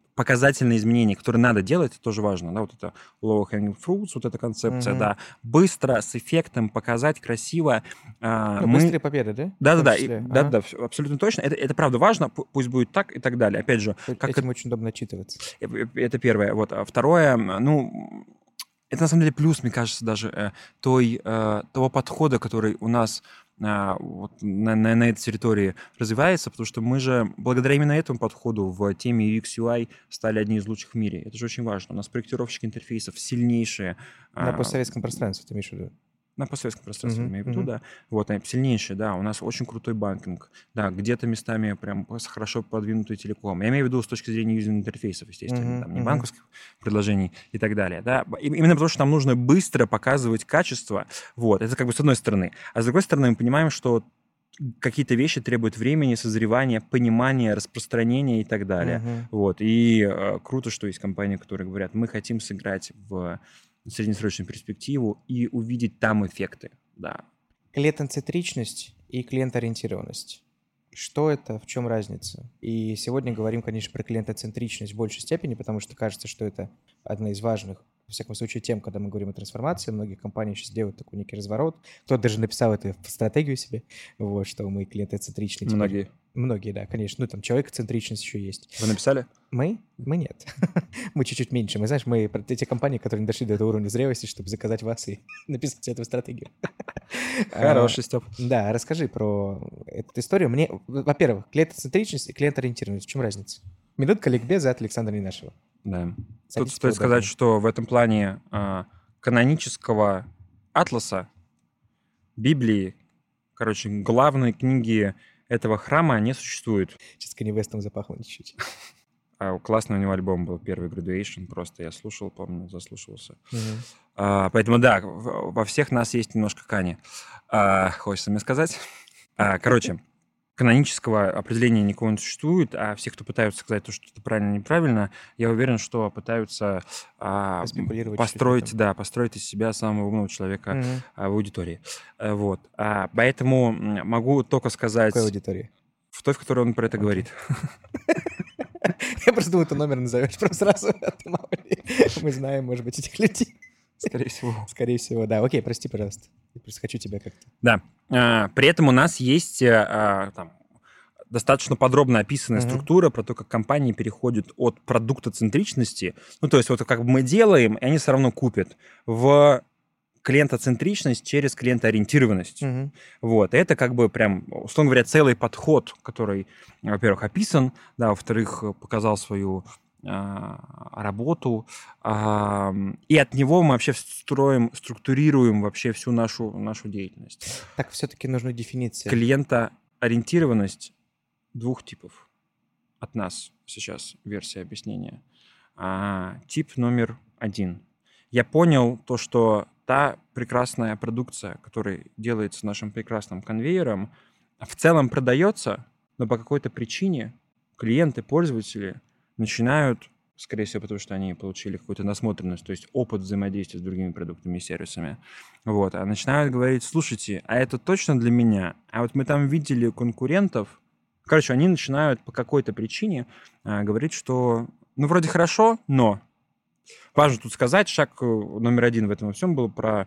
показательные изменения, которые надо делать, это тоже важно, да, вот это low hanging fruits, вот эта концепция, да, быстро, с эффектом показать, красиво. Быстрые победы, да? Да, абсолютно точно. Это правда важно, пусть будет так и так далее. Опять же, этим очень удобно отчитываться. Это первое. Вот. А второе, ну, это на самом деле плюс, мне кажется, даже того подхода, который у нас вот на этой территории развивается, потому что мы же благодаря именно этому подходу в теме UX UI стали одни из лучших в мире. Это же очень важно. У нас проектировщики интерфейсов сильнейшие. На постсоветском пространстве, ты имеешь в виду? На постсоветском пространстве, имею в виду, да. Вот, они сильнейшие, да. У нас очень крутой банкинг, да, где-то местами прям хорошо продвинутый телеком. Я имею в виду с точки зрения юзер-интерфейсов, естественно, там, не банковских предложений и так далее, да. Именно потому, что нам нужно быстро показывать качество, вот, это как бы с одной стороны. А с другой стороны, мы понимаем, что какие-то вещи требуют времени, созревания, понимания, распространения и так далее. Вот, и круто, что есть компании, которые говорят, мы хотим сыграть в среднесрочную перспективу и увидеть там эффекты, да. Клиентоцентричность и клиентоориентированность. Что это, в чем разница? И сегодня говорим, конечно, про клиентоцентричность в большей степени, потому что кажется, что это одна из важных, во всяком случае, тем, когда мы говорим о трансформации. Многие компании сейчас делают такой некий разворот. Кто-то даже написал это в стратегию себе, вот, что мы клиентоцентричны. Многие, да, конечно. Ну, там человекоцентричность еще есть. Вы написали? Мы? Мы нет. Мы чуть-чуть меньше. Мы, знаешь, мы те компании, которые не дошли до этого уровня зрелости, чтобы заказать вас и написать эту стратегию. Хороший, Степ. Да, расскажи про эту историю. Мне, во-первых, клиентоцентричность и клиентоориентированность. В чем разница? Минутка ликбеза от Александра Ненашева. Да. Тут стоит сказать, что в этом плане канонического атласа, Библии, короче, главной книги этого храма не существует. Сейчас Канье Вестом запахло чуть-чуть. Классный у него альбом был, первый Graduation, просто я слушал, помню, заслушивался. Поэтому, да, во всех нас есть немножко Кани. Хочется мне сказать. Короче, канонического определения никого не существует, а все, кто пытаются сказать то, что это правильно, неправильно, я уверен, что пытаются построить из себя самого умного человека в аудитории. Вот. Поэтому могу только сказать... В какой аудитории? В той, в которой он про это говорит. Я просто думал, ты номер назовешь прям сразу. Мы знаем, может быть, этих людей. Скорее всего. Скорее всего, да. Окей, прости, пожалуйста. Я просто хочу тебя как-то... Да. При этом у нас есть там достаточно подробно описанная структура про то, как компании переходят от продуктоцентричности, ну, то есть вот как бы мы делаем, и они все равно купят, в клиентоцентричность через клиентоориентированность. Вот. Это как бы прям, условно говоря, целый подход, который, во-первых, описан, да, во-вторых, показал свою работу, и от него мы вообще структурируем вообще всю нашу деятельность. Так все-таки нужна дефиниция. Клиентоориентированность двух типов. От нас сейчас версия объяснения. Тип номер 1. Я понял то, что та прекрасная продукция, которая делается нашим прекрасным конвейером, в целом продается, но по какой-то причине клиенты, пользователи начинают, скорее всего, потому что они получили какую-то насмотренность, то есть опыт взаимодействия с другими продуктами и сервисами, вот, а начинают говорить, слушайте, а это точно для меня? А вот мы там видели конкурентов. Короче, они начинают по какой-то причине говорить, что, ну, вроде хорошо, но... Важно тут сказать, шаг номер 1 в этом во всем был про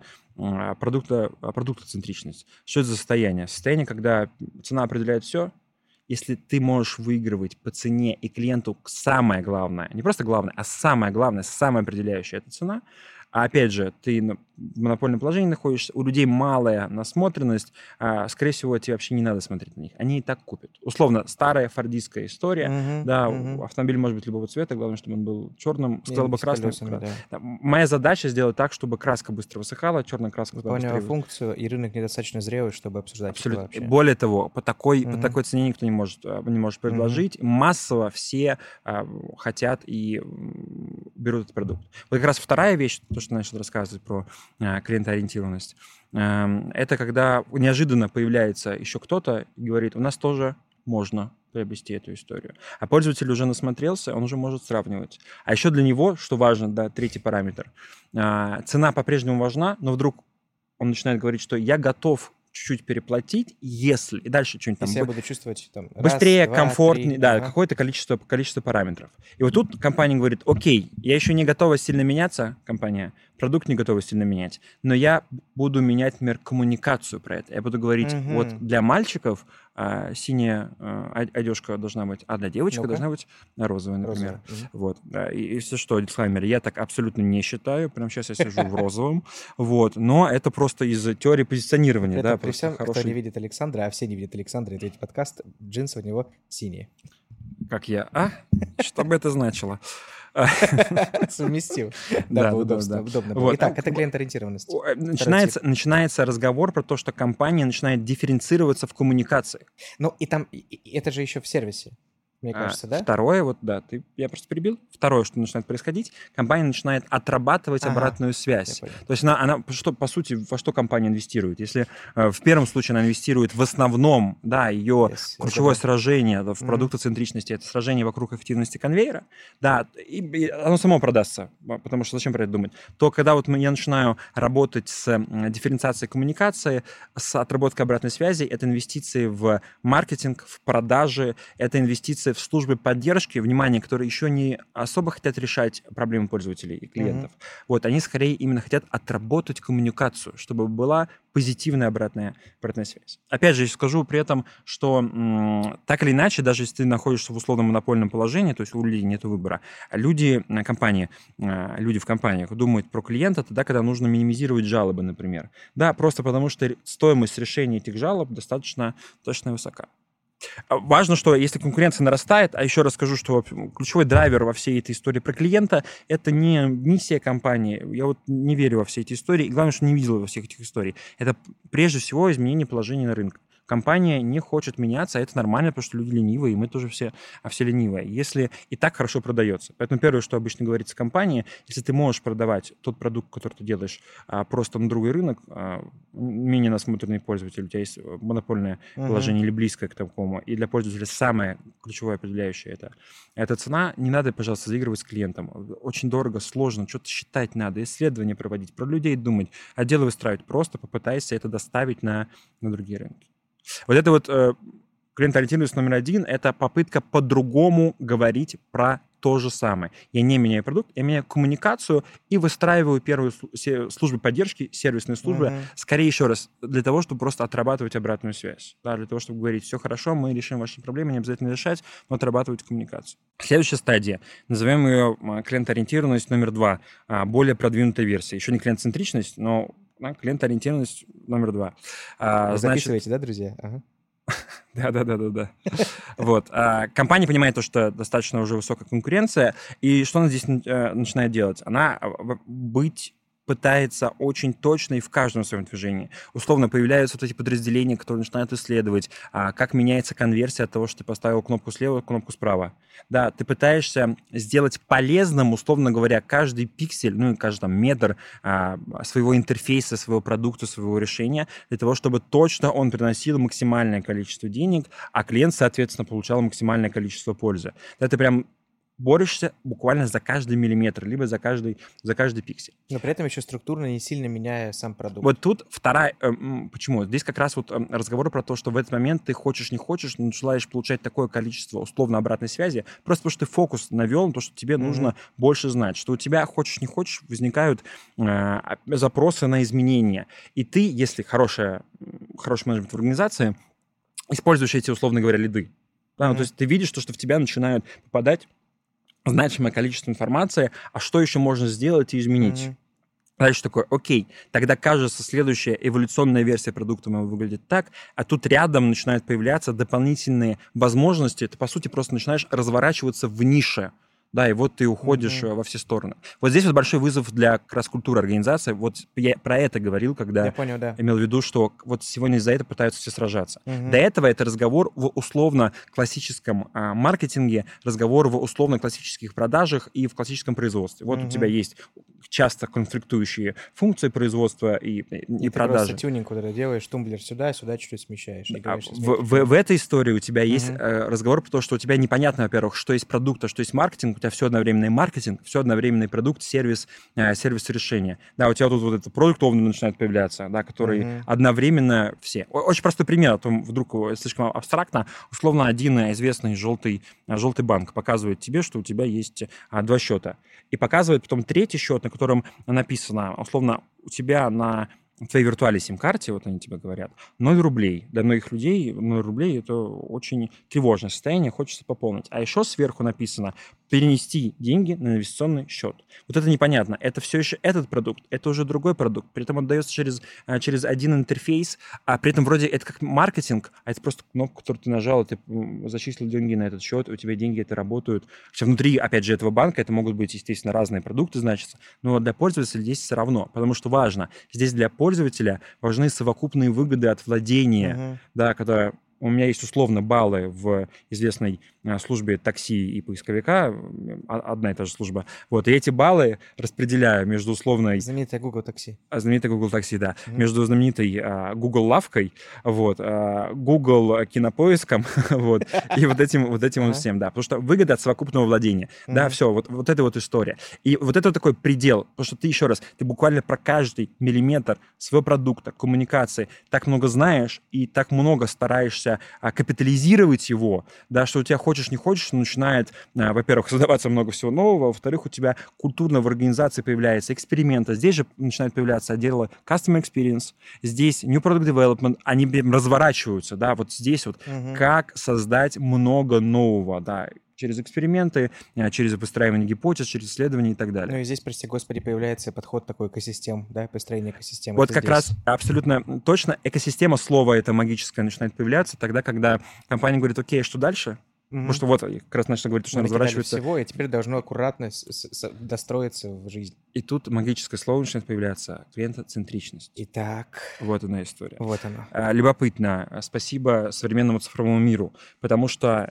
продуктоцентричность. Что это за состояние? Состояние, когда цена определяет все. Если ты можешь выигрывать по цене, и клиенту самое главное, не просто главное, а самое главное, самое определяющее — это цена, а опять же, ты в монопольном положении находишься, у людей малая насмотренность, скорее всего, тебе вообще не надо смотреть на них. Они и так купят. Условно, старая фордистская история, автомобиль может быть любого цвета, главное, чтобы он был черным, сказал бы красным. Да. Моя задача сделать так, чтобы краска быстро высыхала, черная краска выполняла функцию, и рынок недостаточно зрелый, чтобы обсуждать. Абсолютно. Это более того, по такой цене никто не может предложить. Массово все хотят и берут этот продукт. Вот как раз вторая вещь, то, что начал рассказывать про клиентоориентированность, это когда неожиданно появляется еще кто-то и говорит, у нас тоже можно приобрести эту историю. А пользователь уже насмотрелся, он уже может сравнивать. А еще для него, что важно, да, третий параметр, цена по-прежнему важна, но вдруг он начинает говорить, что я готов чуть-чуть переплатить, если... И дальше что-нибудь там... Если я буду чувствовать там... Быстрее, раз, два, комфортнее, 3, да, ага. какое-то количество параметров. И вот тут компания говорит, окей, я еще не готова сильно меняться, компания, продукт не готова сильно менять, но я буду менять, например, коммуникацию про это. Я буду говорить, вот для мальчиков синяя одежка должна быть, а для девочек должна быть розовая, например. Вот. И если что, дисклеймер, я так абсолютно не считаю, прямо сейчас я сижу в розовом, вот, но это просто из теории позиционирования, да, при всем, кто не видит Александра, а все не видят Александра, это ведь подкаст, джинсы у него синие. Как я? Что бы это значило? Совместил. Да, удобно было. Итак, это клиент-ориентированность. Начинается разговор про то, что компания начинает дифференцироваться в коммуникации. Ну, и там, это же еще в сервисе, мне кажется, да? Второе, я просто перебил. Второе, что начинает происходить, компания начинает отрабатывать обратную связь. То есть она по сути, во что компания инвестирует? Если в первом случае она инвестирует в основном, да, ее ключевое сражение в продуктоцентричности, это сражение вокруг эффективности конвейера, да, и оно само продастся, потому что зачем про это думать? То, когда вот я начинаю работать с дифференциацией коммуникации, с отработкой обратной связи, это инвестиции в маркетинг, в продажи, это инвестиции в службы поддержки, внимание, которые еще не особо хотят решать проблемы пользователей и клиентов. Вот, они скорее именно хотят отработать коммуникацию, чтобы была позитивная обратная связь. Опять же, я скажу при этом, что так или иначе, даже если ты находишься в условном монопольном положении, то есть у людей нет выбора, люди в компаниях думают про клиента тогда, когда нужно минимизировать жалобы, например. Да, просто потому что стоимость решения этих жалоб достаточно высока. Важно, что если конкуренция нарастает, а еще раз скажу, что ключевой драйвер во всей этой истории про клиента – это не миссия компании. Я вот не верю во все эти истории, и главное, что не видел во всех этих историях. Это прежде всего изменение положения на рынке. Компания не хочет меняться, а это нормально, потому что люди ленивые, и мы тоже все ленивые. Если и так хорошо продается. Поэтому первое, что обычно говорится компании, если ты можешь продавать тот продукт, который ты делаешь, просто на другой рынок, менее насмотренный пользователь, у тебя есть монопольное положение или близкое к такому, и для пользователя самое ключевое определяющее это цена, не надо, пожалуйста, заигрывать с клиентом. Очень дорого, сложно, что-то считать надо, исследования проводить, про людей думать, а дело выстраивать. Просто попытайся это доставить на другие рынки. Вот это вот клиент-ориентированность номер 1 – это попытка по-другому говорить про то же самое. Я не меняю продукт, я меняю коммуникацию и выстраиваю первые службы поддержки, сервисные службы, скорее еще раз, для того, чтобы просто отрабатывать обратную связь. Да, для того, чтобы говорить, все хорошо, мы решим ваши проблемы, не обязательно решать, но отрабатывать коммуникацию. Следующая стадия, назовем ее клиент-ориентированность номер 2, более продвинутая версия. Еще не клиент-центричность, но клиент-ориентированность номер 2. Записывайте, да, друзья? Да. Вот. Компания понимает то, что достаточно уже высокая конкуренция, и что она здесь начинает делать? Она пытается очень точно и в каждом своем движении. Условно появляются вот эти подразделения, которые начинают исследовать, как меняется конверсия от того, что ты поставил кнопку слева, кнопку справа. Да, ты пытаешься сделать полезным, условно говоря, каждый пиксель, ну и каждый там метр своего интерфейса, своего продукта, своего решения, для того, чтобы точно он приносил максимальное количество денег, а клиент, соответственно, получал максимальное количество пользы. Да, ты прям борешься буквально за каждый миллиметр, либо за каждый пиксель. Но при этом еще структурно не сильно меняя сам продукт. Вот тут вторая... Почему? Здесь как раз вот разговор про то, что в этот момент ты хочешь, не хочешь, но желаешь получать такое количество условно обратной связи, просто потому что ты фокус навел на то, что тебе нужно больше знать, что у тебя, хочешь, не хочешь, возникают запросы на изменения. И ты, если хороший менеджмент в организации, используешь эти, условно говоря, лиды. Да? То есть ты видишь, что в тебя начинают попадать значимое количество информации, а что еще можно сделать и изменить. Дальше такой, окей, тогда кажется, следующая эволюционная версия продукта выглядит так, а тут рядом начинают появляться дополнительные возможности, ты, по сути, просто начинаешь разворачиваться в нише. Да, и вот ты уходишь во все стороны. Вот здесь вот большой вызов для как раз культуры организации. Вот я про это говорил, когда имел в виду, что вот сегодня за это пытаются все сражаться. До этого это разговор в условно-классическом маркетинге, разговор в условно-классических продажах и в классическом производстве. Вот у тебя есть часто конфликтующие функции производства и продажи. Ты просто тюнинг вот это делаешь, тумблер сюда чуть-чуть смещаешь. В этой истории у тебя есть разговор про то, что у тебя непонятно, во-первых, что есть продукт, а что есть маркетинг. тебя все одновременный маркетинг, все одновременный продукт, сервис решения. Да, у тебя тут вот этот продукт-овнер начинает появляться, да, который одновременно все. Очень простой пример, а то вдруг слишком абстрактно. Условно, один известный желтый банк показывает тебе, что у тебя есть 2 счета. И показывает потом третий счет, на котором написано, условно, у тебя на твоей виртуальной сим-карте, вот они тебе говорят, 0 рублей. Для многих людей 0 рублей – это очень тревожное состояние, хочется пополнить. А еще сверху написано перенести деньги на инвестиционный счет. Вот это непонятно. Это все еще этот продукт, это уже другой продукт. При этом отдается через один интерфейс, а при этом вроде это как маркетинг, а это просто кнопка, которую ты нажал, и ты зачислил деньги на этот счет, у тебя деньги это работают. Хотя внутри, опять же, этого банка это могут быть, естественно, разные продукты, значится, но для пользователя здесь все равно, потому что важно. Здесь для пользователя важны совокупные выгоды от владения, да, когда у меня есть условно баллы в известной службе такси и поисковика, одна и та же служба. Вот, и эти баллы распределяю между условной... Знаменитая Google такси. Знаменитая Google такси, да. Между знаменитой Google лавкой, вот, Google кинопоиском, вот, и вот этим всем, да. Потому что выгода от совокупного владения. Да, все, вот эта вот история. И вот это вот такой предел, потому что ты, еще раз, ты буквально про каждый миллиметр своего продукта, коммуникации так много знаешь и так много стараешься капитализировать его, да, что у тебя хочешь не хочешь, начинает, во-первых, создаваться много всего нового, во-вторых, у тебя культурно в организации появляется эксперименты, здесь же начинают появляться отделы Customer Experience, здесь New Product Development, они разворачиваются, да, вот здесь вот как создать много нового, да, через эксперименты, через выстраивание гипотез, через исследования и так далее. Ну и здесь, прости господи, появляется подход такой экосистем, да, построение экосистемы. Вот как раз абсолютно точно экосистема, слово это магическое начинает появляться тогда, когда компания говорит, окей, что дальше? Потому что вот как раз начали говорить, что она разворачивается. Всего, и теперь должно аккуратно достроиться в жизнь. И тут магическое слово начинает появляться. Клиентоцентричность. Итак. Вот она история. Вот она. Любопытно. Спасибо современному цифровому миру, потому что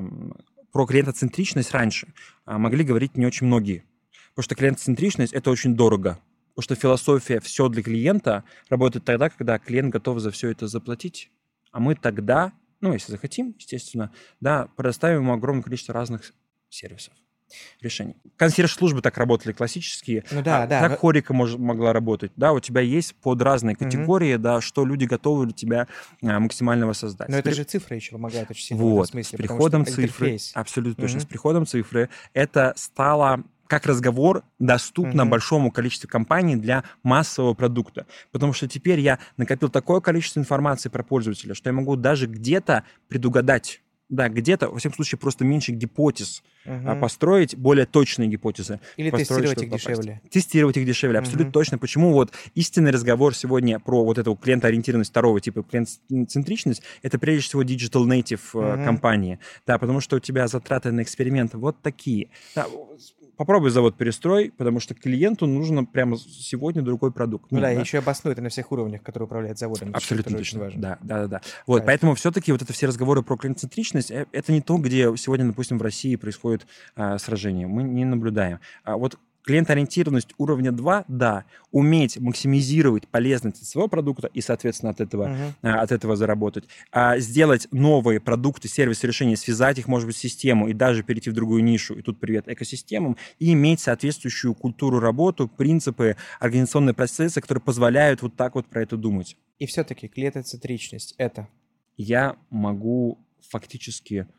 про клиентоцентричность раньше могли говорить не очень многие. Потому что клиентоцентричность – это очень дорого. Потому что философия «все для клиента» работает тогда, когда клиент готов за все это заплатить, а мы тогда, ну, если захотим, естественно, да, предоставим ему огромное количество разных сервисов, решений. Консьерж-службы так работали классические. Ну да, да. Так Хорика могла работать. Да, у тебя есть под разные категории, да, что люди готовы для тебя максимально воссоздать. Но это же цифры еще помогают очень сильно вот, в этом смысле. С приходом цифры, абсолютно точно, с приходом цифры это стало как разговор доступно большому количеству компаний для массового продукта. Потому что теперь я накопил такое количество информации про пользователя, что я могу даже где-то предугадать. Да, где-то, во всяком случае, просто меньше гипотез построить, более точные гипотезы. Или тестировать их дешевле. Тестировать их дешевле, абсолютно точно. Почему вот истинный разговор сегодня про вот эту клиентоориентированность второго типа, клиентоцентричность, это прежде всего digital native компании. Да, потому что у тебя затраты на эксперименты вот такие. Да, попробуй завод перестрой, потому что клиенту нужно прямо сегодня другой продукт. Ну да, и еще обоснуй это на всех уровнях, которые управляют заводом. Абсолютно точно. Да. Вот, поэтому все-таки вот это все разговоры про клиентоцентричность, это не то, где сегодня, допустим, в России происходит сражение. Мы не наблюдаем. Вот клиентоориентированность уровня 2, да, уметь максимизировать полезность своего продукта и, соответственно, от этого заработать. Сделать новые продукты, сервисы, решения, связать их, может быть, в систему и даже перейти в другую нишу, и тут привет экосистемам, и иметь соответствующую культуру работы, принципы, организационные процессы, которые позволяют вот так вот про это думать. И все-таки клиентоцентричность — это? Я могу фактически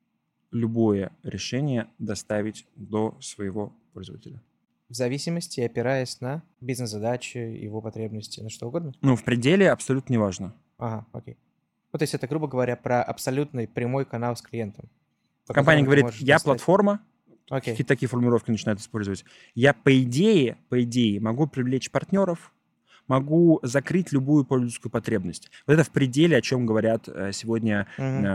любое решение доставить до своего пользователя. В зависимости, опираясь на бизнес-задачи, его потребности, на что угодно? Ну, в пределе абсолютно неважно. Ага, окей. Ну, то есть это, грубо говоря, про абсолютный прямой канал с клиентом. Компания говорит, я платформа, какие такие формулировки начинают использовать. Я, по идее, могу привлечь партнеров, могу закрыть любую пользовательскую потребность. Вот это в пределе, о чем говорят сегодня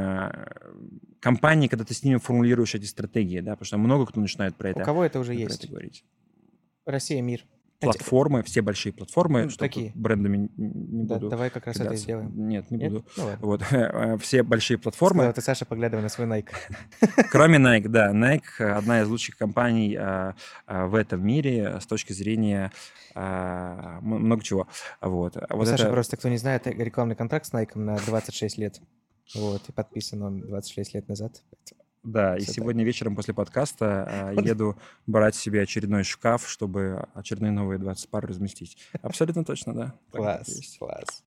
компании, когда ты с ними формулируешь эти стратегии, да, потому что много кто начинает про это. У кого это уже есть? Говорить. Россия, мир. Платформы, все большие платформы, что брендами не буду. Давай как раз это сделаем. Нет, не буду. Ну, вот. Все большие платформы. Сказал ты, Саша, поглядывай на свой Nike. Кроме Nike, да. Nike одна из лучших компаний в этом мире с точки зрения много чего. Вот. Саша, просто кто не знает, рекламный контракт с Nike на 26 лет. Вот, и подписан он 26 лет назад. Да, и Всё так. сегодня вечером после подкаста еду брать себе очередной шкаф, чтобы очередные новые 20 пар разместить. Абсолютно точно, да. Так и Класс, есть. класс.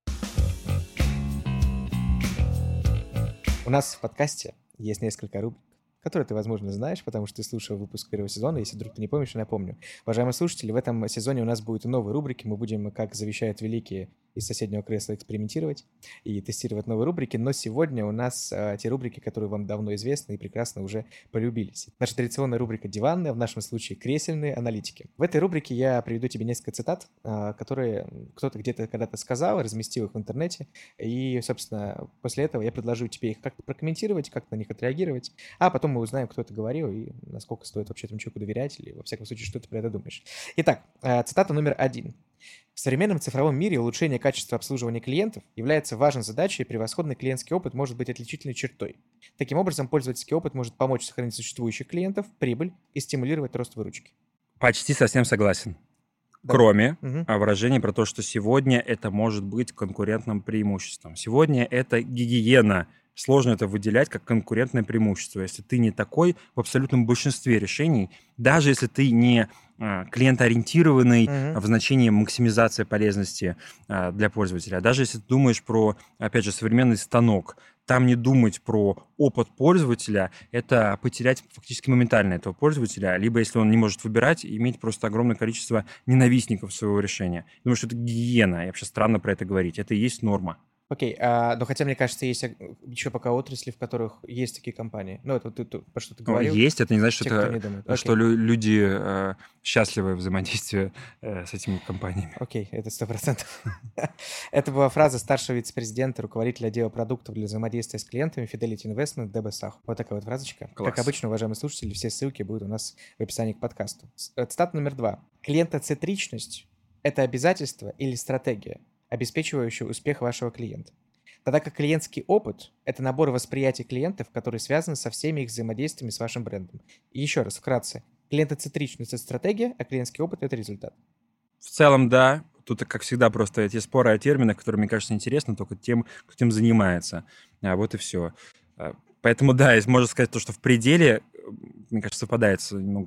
У нас в подкасте есть несколько рубрик, которые ты, возможно, знаешь, потому что ты слушал выпуск первого сезона. Если вдруг ты не помнишь, я напомню. Уважаемые слушатели, в этом сезоне у нас будет и новые рубрики. Мы будем, как завещают великие, из соседнего кресла экспериментировать и тестировать новые рубрики. Но сегодня у нас те рубрики, которые вам давно известны и прекрасно уже полюбились. Наша традиционная рубрика «Диванная», в нашем случае «Кресельные аналитики». В этой рубрике я приведу тебе несколько цитат, которые кто-то где-то когда-то сказал, разместил их в интернете. И, собственно, после этого я предложу тебе их как-то прокомментировать, как-то на них отреагировать. А потом мы узнаем, кто это говорил и насколько стоит вообще этому человеку доверять, или, во всяком случае, что ты про это думаешь. Итак, цитата номер 1. В современном цифровом мире улучшение качества обслуживания клиентов является важной задачей, и превосходный клиентский опыт может быть отличительной чертой. Таким образом, пользовательский опыт может помочь сохранить существующих клиентов, прибыль и стимулировать рост выручки. Почти совсем согласен. Давай. Кроме Мгм. выражения про то, что сегодня это может быть конкурентным преимуществом. Сегодня это гигиена. Сложно это выделять как конкурентное преимущество. Если ты не такой в абсолютном большинстве решений, даже если ты не клиентоориентированный Мгм. в значении максимизации полезности для пользователя, а даже если ты думаешь про, опять же, современный станок, там не думать про опыт пользователя, это потерять фактически моментально этого пользователя, либо если он не может выбирать, иметь просто огромное количество ненавистников своего решения. Думаю, что это гигиена, и вообще странно про это говорить, это и есть норма. Окей, но хотя, мне кажется, есть еще пока отрасли, в которых есть такие компании. Ну, это ты про что ты Ну, говорил, есть, это не значит, те, кто не думает. что Окей. люди счастливы взаимодействия с этими компаниями. Окей, это 100%. Это была фраза старшего вице-президента, руководителя отдела продуктов для взаимодействия с клиентами Fidelity Investment Дэба Сах. Вот такая вот фразочка. Класс. Как обычно, уважаемые слушатели, все ссылки будут у нас в описании к подкасту. Цитата номер 2. Клиентоцентричность – это обязательство или стратегия, обеспечивающая успех вашего клиента. Тогда как клиентский опыт – это набор восприятий клиентов, который связан со всеми их взаимодействиями с вашим брендом. И еще раз, вкратце. Клиентоцентричность – это стратегия, а клиентский опыт – это результат. В целом, да. Тут, как всегда, просто эти споры о терминах, которые, мне кажется, интересны только тем, кто этим занимается. Вот и все. Поэтому, да, можно сказать то, что в пределе, мне кажется, совпадает немного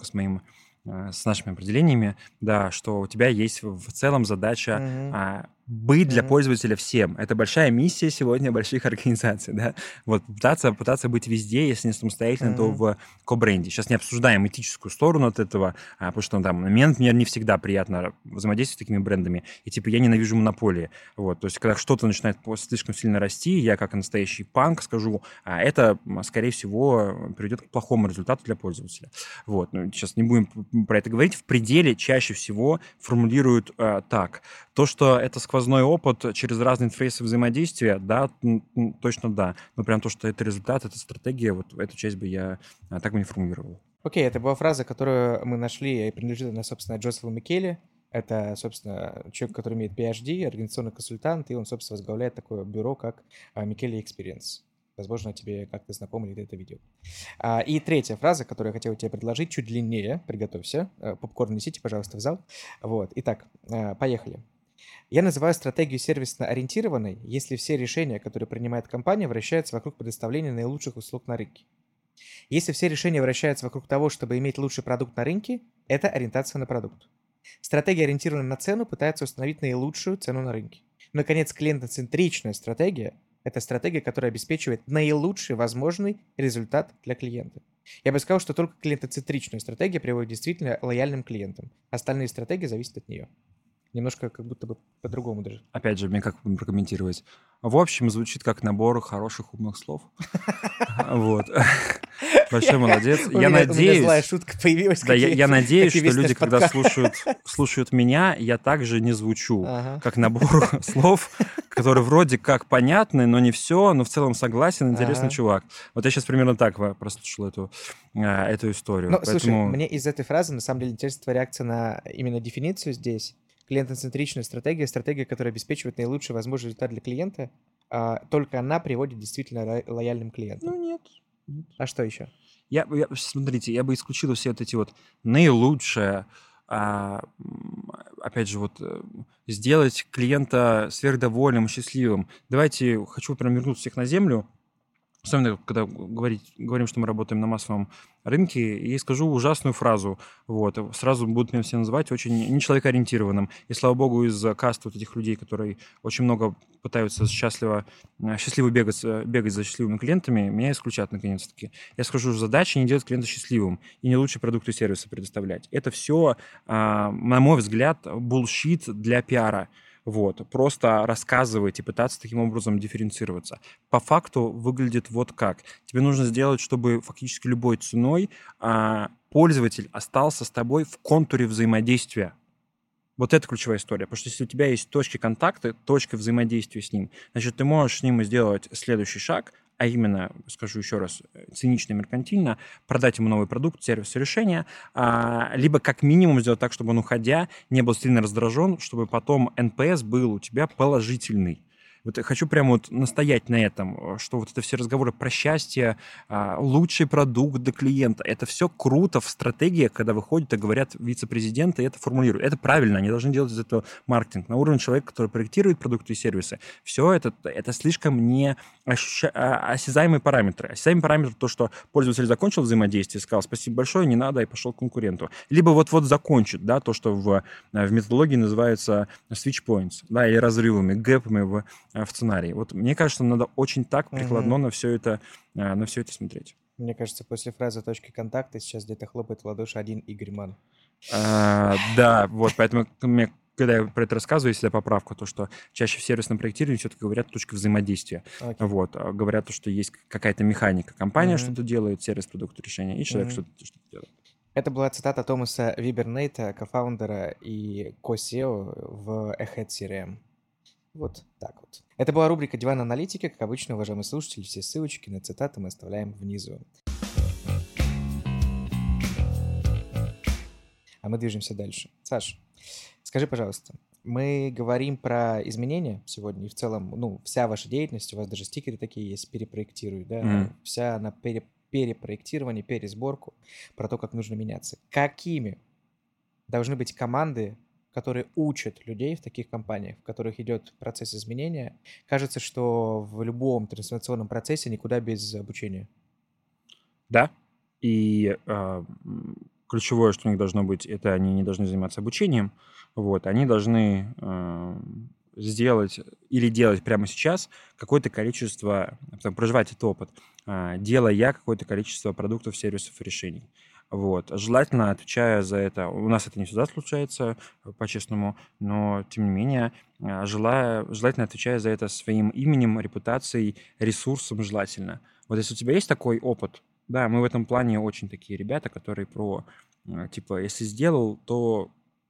с нашими определениями, да, что у тебя есть в целом задача быть для пользователя всем. Это большая миссия сегодня больших организаций, да. Вот пытаться быть везде, если не самостоятельно, то в ко-бренде. Сейчас не обсуждаем этическую сторону от этого, потому что там мне, например, не всегда приятно взаимодействовать с такими брендами, и типа я ненавижу монополии. Вот, то есть когда что-то начинает слишком сильно расти, я как настоящий панк скажу, это, скорее всего, приведет к плохому результату для пользователя. Вот, ну, сейчас не будем про это говорить. В пределе чаще всего формулируют так. То, что это сквозной опыт через разные интерфейсы взаимодействия, да, точно да. Но прям то, что это результат, это стратегия, вот эту часть бы я так бы не формулировал. Окей, это была фраза, которую мы нашли, и принадлежит она, собственно, Джозефу Микеле. Это, собственно, человек, который имеет PhD, организационный консультант, и он, собственно, возглавляет такое бюро, как Микеле Experience. Возможно, тебе как-то знакомо, или ты это видел. И третья фраза, которую я хотел тебе предложить, чуть длиннее. Приготовься. Попкорн несите, пожалуйста, в зал. Вот. Итак, поехали. Я называю стратегию сервисно-ориентированной, если все решения, которые принимает компания, вращаются вокруг предоставления наилучших услуг на рынке. Если все решения вращаются вокруг того, чтобы иметь лучший продукт на рынке, это ориентация на продукт. Стратегия, ориентированная на цену, пытается установить наилучшую цену на рынке. Наконец, клиентоцентричная стратегия – это стратегия, которая обеспечивает наилучший возможный результат для клиента. Я бы сказал, что только клиентоцентричная стратегия приводит действительно лояльным клиентам. Остальные стратегии зависят от нее. Немножко как будто бы по-другому даже. Опять же, мне как прокомментировать? В общем, звучит как набор хороших умных слов. Вот. Большой молодец. Я надеюсь... У меня злая шутка появилась. Да, я надеюсь, что люди, когда слушают меня, я также не звучу как набор слов, которые вроде как понятны, но не все, но в целом согласен, интересный чувак. Вот я сейчас примерно так прослушал эту историю. Ну, слушай, мне из этой фразы, на самом деле, интересна твоя реакция на именно дефиницию здесь. Клиентоцентричная стратегия, которая обеспечивает наилучший возможный результат для клиента, только она приводит действительно лояльным клиентам. Ну, нет. А что еще? Смотрите, я бы исключил все вот эти вот наилучшее, опять же, вот сделать клиента сверхдовольным, счастливым. Давайте, хочу прям вернуть всех на землю. Особенно, когда говорим, что мы работаем на массовом рынке, и скажу ужасную фразу. Вот, сразу будут меня все называть очень нечеловекоориентированным. И, слава богу, из каста вот этих людей, которые очень много пытаются счастливо бегать за счастливыми клиентами, меня исключат наконец-таки. Я скажу, задача не делать клиента счастливым и не лучшие продукты и сервисы предоставлять. Это все, на мой взгляд, булшит для пиара. Вот, просто рассказывать и пытаться таким образом дифференцироваться. По факту выглядит вот как. Тебе нужно сделать, чтобы фактически любой ценой пользователь остался с тобой в контуре взаимодействия. Вот это ключевая история. Потому что если у тебя есть точки контакта, точка взаимодействия с ним, значит, ты можешь с ним сделать следующий шаг, а именно, скажу еще раз, цинично и меркантильно, продать ему новый продукт, сервис, решение, либо как минимум сделать так, чтобы он, уходя, не был сильно раздражен, чтобы потом NPS был у тебя положительный. Вот я хочу прямо вот настоять на этом, что вот это все разговоры про счастье, лучший продукт для клиента, это все круто в стратегии, когда выходят и говорят вице-президенты, и это формулируют. Это правильно, они должны делать из этого маркетинг. На уровне человека, который проектирует продукты и сервисы, все это слишком не осязаемые параметры. Осязаемый параметр то, что пользователь закончил взаимодействие, сказал спасибо большое, не надо, и пошел к конкуренту. Либо вот-вот закончит, да, то, что в методологии называется switch points, да, или разрывами, гэпами в сценарии. Вот мне кажется, надо очень так прикладно на все это смотреть. Мне кажется, после фразы «точки контакта» сейчас где-то хлопает в ладоши один Игорь Ман. Да, вот, поэтому когда я про это рассказываю, есть всегда поправка, то, что чаще в сервисном проектировании все-таки говорят точка взаимодействия. Вот, говорят, что есть какая-то механика. Компания что-то делает, сервис, продукт, решение, и человек что-то делает. Это была цитата Томаса Вибернейта, кофаундера и ко-SEO в Ahead CRM. Вот так вот. Это была рубрика «Диван аналитики». Как обычно, уважаемые слушатели, все ссылочки на цитаты мы оставляем внизу. А мы движемся дальше. Саш, скажи, пожалуйста, мы говорим про изменения сегодня, и в целом, вся ваша деятельность, у вас даже стикеры такие есть, перепроектируй, да, вся на перепроектирование, пересборку, про то, как нужно меняться. Какими должны быть команды, которые учат людей в таких компаниях, в которых идет процесс изменения? Кажется, что в любом трансформационном процессе никуда без обучения. Да, и ключевое, что у них должно быть, это они не должны заниматься обучением, вот, они должны сделать или делать прямо сейчас какое-то количество, проживать этот опыт, делая какое-то количество продуктов, сервисов и решений. Вот. Желательно, отвечая за это, у нас это не всегда случается, по-честному, но, тем не менее, желательно отвечая за это своим именем, репутацией, ресурсом желательно. Вот если у тебя есть такой опыт, да, мы в этом плане очень такие ребята, которые если сделал, то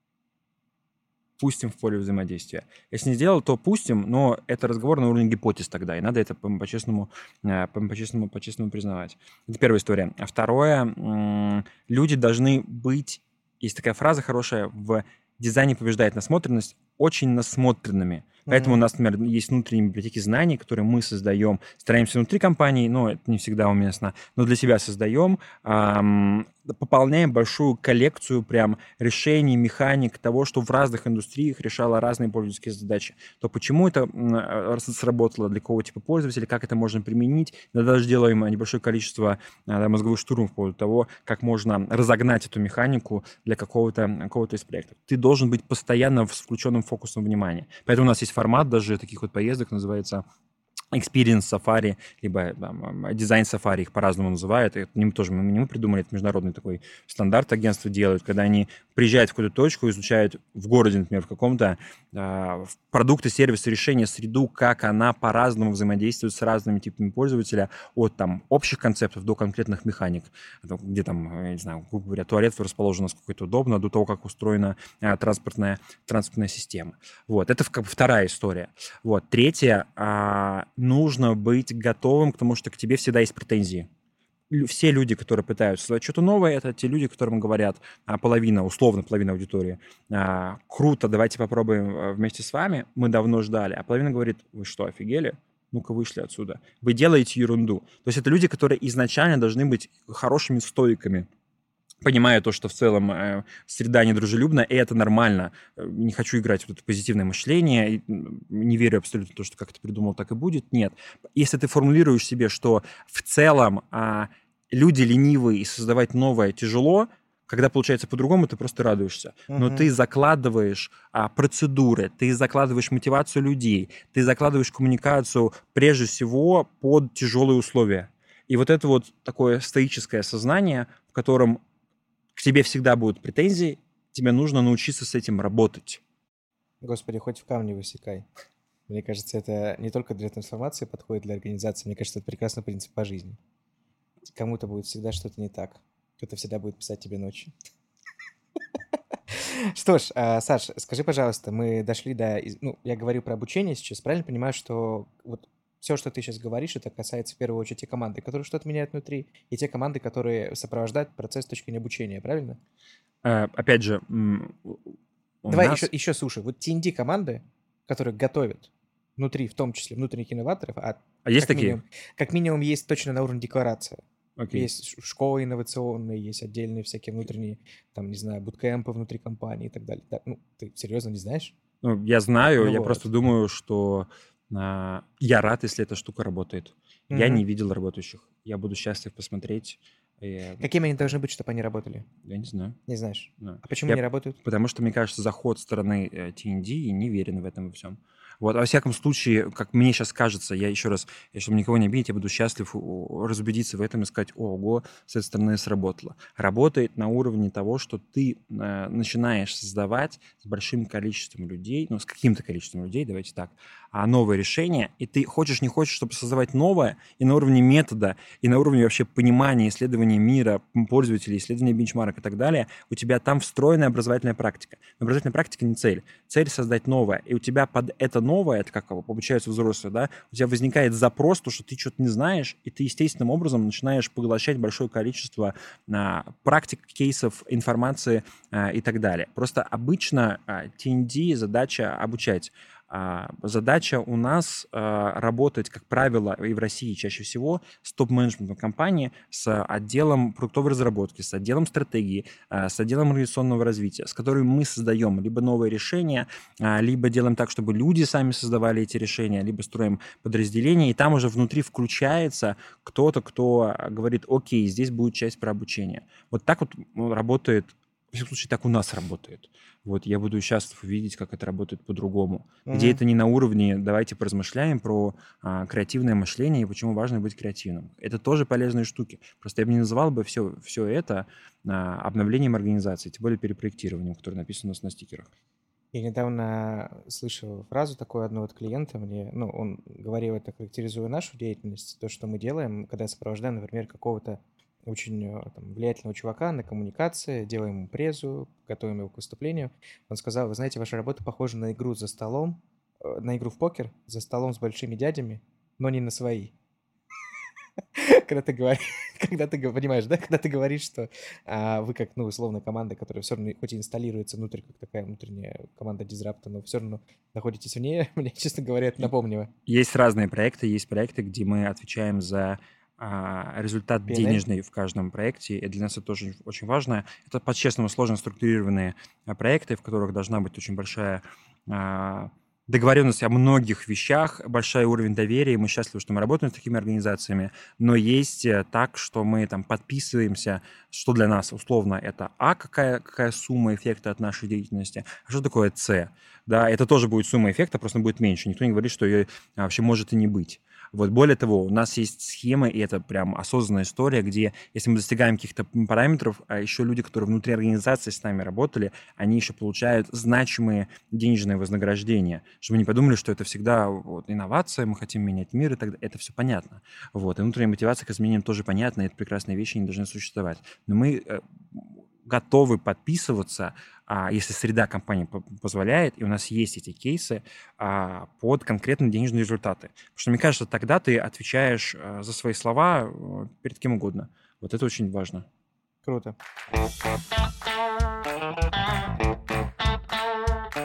пустим в поле взаимодействия. Если не сделал, то пустим, но это разговор на уровне гипотез тогда, и надо это по-честному признавать. Это первая история. А второе, люди должны быть, есть такая фраза хорошая, в дизайне побеждает насмотренность, очень насмотренными. Поэтому у нас, например, есть внутренние библиотеки знаний, которые мы создаем, стараемся внутри компании, но это не всегда уместно, но для себя создаем, пополняем большую коллекцию прям решений, механик того, что в разных индустриях решало разные пользовательские задачи. То почему это сработало, для какого типа пользователя, как это можно применить. Даже делаем небольшое количество мозговых штурмов по поводу того, как можно разогнать эту механику для какого-то из проектов. Ты должен быть постоянно с включенным фокусом внимания. Поэтому у нас есть формат даже таких вот поездок, называется Experience Safari, либо дизайн Safari, их по-разному называют. Это мы не мы придумали, это международный такой стандарт агентства делают, когда они приезжают в какую-то точку, изучают в городе, например, в каком-то продукты, сервисы, решения, среду, как она по-разному взаимодействует с разными типами пользователя, от общих концептов до конкретных механик, где я не знаю, грубо говоря, туалет расположен насколько это удобно, до того, как устроена транспортная система. Вот, это вторая история. Вот, третья, нужно быть готовым к тому, что к тебе всегда есть претензии. Все люди, которые пытаются создать что-то новое, это те люди, которым говорят условно половина аудитории, круто, давайте попробуем вместе с вами, мы давно ждали. А половина говорит, вы что, офигели? Ну-ка, вышли отсюда. Вы делаете ерунду. То есть это люди, которые изначально должны быть хорошими стоиками. понимаю то, что в целом среда недружелюбна, и это нормально. Не хочу играть в это позитивное мышление, не верю абсолютно в то, что как ты придумал, так и будет. Нет. Если ты формулируешь себе, что в целом люди ленивые и создавать новое тяжело, когда получается по-другому, ты просто радуешься. Но ты закладываешь процедуры, ты закладываешь мотивацию людей, ты закладываешь коммуникацию прежде всего под тяжелые условия. И вот это вот такое стоическое сознание, в котором к тебе всегда будут претензии, тебе нужно научиться с этим работать. Господи, хоть в камне высекай. Мне кажется, это не только для трансформации подходит, для организации. Мне кажется, это прекрасный принцип по жизни. Кому-то будет всегда что-то не так. Кто-то всегда будет писать тебе ночью. Что ж, Саш, скажи, пожалуйста, мы дошли до... Ну, я говорю про обучение сейчас. Правильно понимаю, что вот все, что ты сейчас говоришь, это касается в первую очередь те команды, которые что-то меняют внутри, и те команды, которые сопровождают процесс с точки зрения обучения, правильно? Опять же, Давай еще слушай. Вот T&D команды, которые готовят внутри, в том числе внутренних инноваторов, есть такие? Как минимум есть точно на уровне декларации. Okay. Есть школы инновационные, есть отдельные всякие внутренние, там, не знаю, буткемпы внутри компании и так далее. Да, ну, ты серьезно не знаешь? Ну, я знаю, я просто думаю, что я рад, если эта штука работает. Я не видел работающих. Я буду счастлив посмотреть. Какими они должны быть, чтобы они работали? Я не знаю. Не знаешь? Да. А почему не работают? Потому что, мне кажется, заход стороны T&D и не верен в этом во всем. Вот, во всяком случае, как мне сейчас кажется, я еще раз, чтобы никого не обидеть, я буду счастлив разубедиться в этом и сказать, ого, с этой стороны сработало. Работает на уровне того, что ты начинаешь создавать с большим количеством людей, ну, с каким-то количеством людей, давайте так, новое решение, и ты хочешь, не хочешь, чтобы создавать новое, и на уровне метода, и на уровне вообще понимания, исследования мира, пользователей, исследования бенчмарок и так далее, у тебя там встроенная образовательная практика. Но образовательная практика не цель. Цель — создать новое. И у тебя под это новое, это как обучаются взрослые, да, у тебя возникает запрос, то, что ты что-то не знаешь, и ты естественным образом начинаешь поглощать большое количество практик, кейсов, информации и так далее. Просто обычно T&D задача обучать. Задача у нас работать, как правило, и в России чаще всего с топ-менеджментом компании, с отделом продуктовой разработки, с отделом стратегии, с отделом организационного развития, с которыми мы создаем либо новые решения, либо делаем так, чтобы люди сами создавали эти решения, либо строим подразделения, и там уже внутри включается кто-то, кто говорит, окей, здесь будет часть про обучение. Вот так вот работает. В всяком случае, так у нас работает. Вот я буду счастлив увидеть, как это работает по-другому. Где это не на уровне, давайте поразмышляем про креативное мышление и почему важно быть креативным. Это тоже полезные штуки. Просто я бы не называл бы все это обновлением организации, тем более перепроектированием, которое написано у нас на стикерах. Я недавно слышал фразу такую одного от клиента мне, ну, он говорил это, характеризуя нашу деятельность, то, что мы делаем, когда сопровождаем, например, какого-то очень там, влиятельного чувака на коммуникации, делаем ему презу, готовим его к выступлению. Он сказал, вы знаете, ваша работа похожа на игру за столом, на игру в покер за столом с большими дядями, но не на свои. Когда ты понимаешь, да, когда ты говоришь, что вы как, ну, условно, команда, которая все равно хоть и инсталируется внутрь, как такая внутренняя команда дизрапта, но все равно находитесь вне, мне, честно говоря, это напомнило. Есть разные проекты, есть проекты, где мы отвечаем за результат PNL? Денежный в каждом проекте, и для нас это тоже очень важно. Это по-честному сложно структурированные проекты, в которых должна быть очень большая договоренность о многих вещах, большой уровень доверия, и мы счастливы, что мы работаем с такими организациями, но есть так, что мы там подписываемся, что для нас условно это какая сумма эффекта от нашей деятельности, а что такое С. Да, это тоже будет сумма эффекта, просто будет меньше. Никто не говорит, что ее вообще может и не быть. Вот более того, у нас есть схемы, и это прям осознанная история, где если мы достигаем каких-то параметров, а еще люди, которые внутри организации с нами работали, они еще получают значимые денежные вознаграждения, чтобы не подумали, что это всегда вот, инновация, мы хотим менять мир, и так далее. Это все понятно. Вот. И внутренняя мотивация к изменениям тоже понятна, и это прекрасные вещи, они должны существовать. Но мы готовы подписываться, если среда компании позволяет, и у нас есть эти кейсы под конкретные денежные результаты. Потому что, мне кажется, тогда ты отвечаешь за свои слова перед кем угодно. Вот это очень важно. Круто.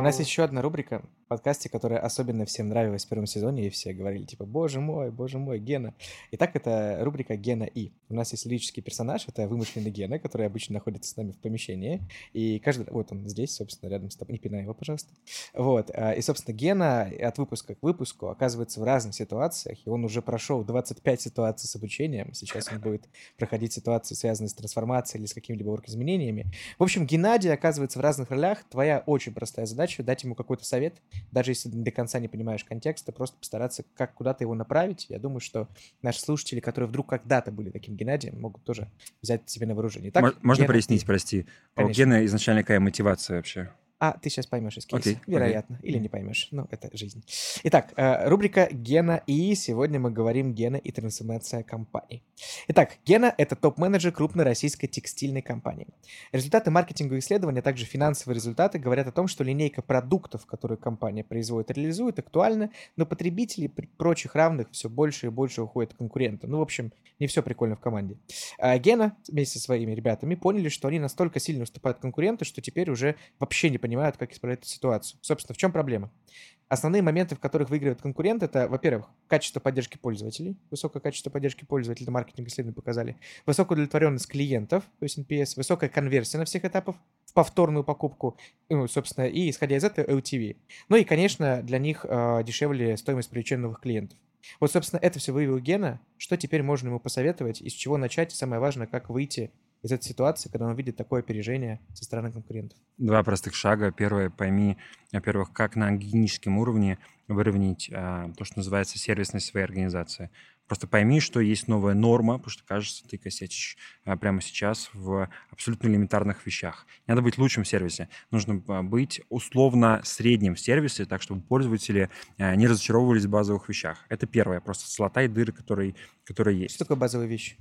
У нас есть еще одна рубрика в подкасте, которая особенно всем нравилась в первом сезоне, и все говорили, типа, боже мой, Гена. Итак, это рубрика «Гена И». У нас есть лирический персонаж, это вымышленный Гена, который обычно находится с нами в помещении, и каждый... Вот он здесь, собственно, рядом с тобой. Не пинай его, пожалуйста. Вот. И, собственно, Гена от выпуска к выпуску оказывается в разных ситуациях, и он уже прошел 25 ситуаций с обучением. Сейчас он будет проходить ситуации, связанные с трансформацией или с какими-либо орг-изменениями. В общем, Геннадий оказывается в разных ролях. Твоя очень простая задача — дать ему какой-то совет, даже если до конца не понимаешь контекста, просто постараться как куда-то его направить. Я думаю, что наши слушатели, которые вдруг когда-то были таким Геннадием, могут тоже взять себе на вооружение. Итак, Можно Гена, прояснить, ты. прости? А у Конечно. Гены изначально какая мотивация вообще? Ты сейчас поймешь из кейса. Окей, Вероятно. Или не поймешь. Ну, это жизнь. Итак, рубрика «Гена И». Сегодня мы говорим «Гена и трансформация компаний». Итак, Гена — это топ-менеджер крупной российской текстильной компании. Результаты маркетинговых исследований, а также финансовые результаты говорят о том, что линейка продуктов, которые компания производит и реализует, актуальна, но потребители при прочих равных все больше и больше уходят к конкурентам. Ну, в общем, не все прикольно в команде. Гена вместе со своими ребятами поняли, что они настолько сильно уступают конкуренту, что теперь уже вообще не понимают, как исправлять эту ситуацию. Собственно, в чем проблема? Основные моменты, в которых выигрывает конкурент, это, во-первых, качество поддержки пользователей, высокое качество поддержки пользователей, это маркетинг исследования показали, высокая удовлетворенность клиентов, то есть NPS, высокая конверсия на всех этапах в повторную покупку, ну, собственно, и, исходя из этого, LTV. Ну и, конечно, для них дешевле стоимость привлечения новых клиентов. Вот, собственно, это все выявил Гена. Что теперь можно ему посоветовать, и с чего начать, и самое важное, как выйти из этой ситуации, когда он видит такое опережение со стороны конкурентов? 2 простых шага. Первое, пойми, во-первых, как на гигиеническом уровне выровнять то, что называется сервисность своей организации. Просто пойми, что есть новая норма, потому что, кажется, ты косячишь прямо сейчас в абсолютно элементарных вещах. Не надо быть лучшим в сервисе. Нужно быть условно средним в сервисе, так, чтобы пользователи не разочаровывались в базовых вещах. Это первое. Просто золотая дыра, которые есть. Что такое базовые вещи?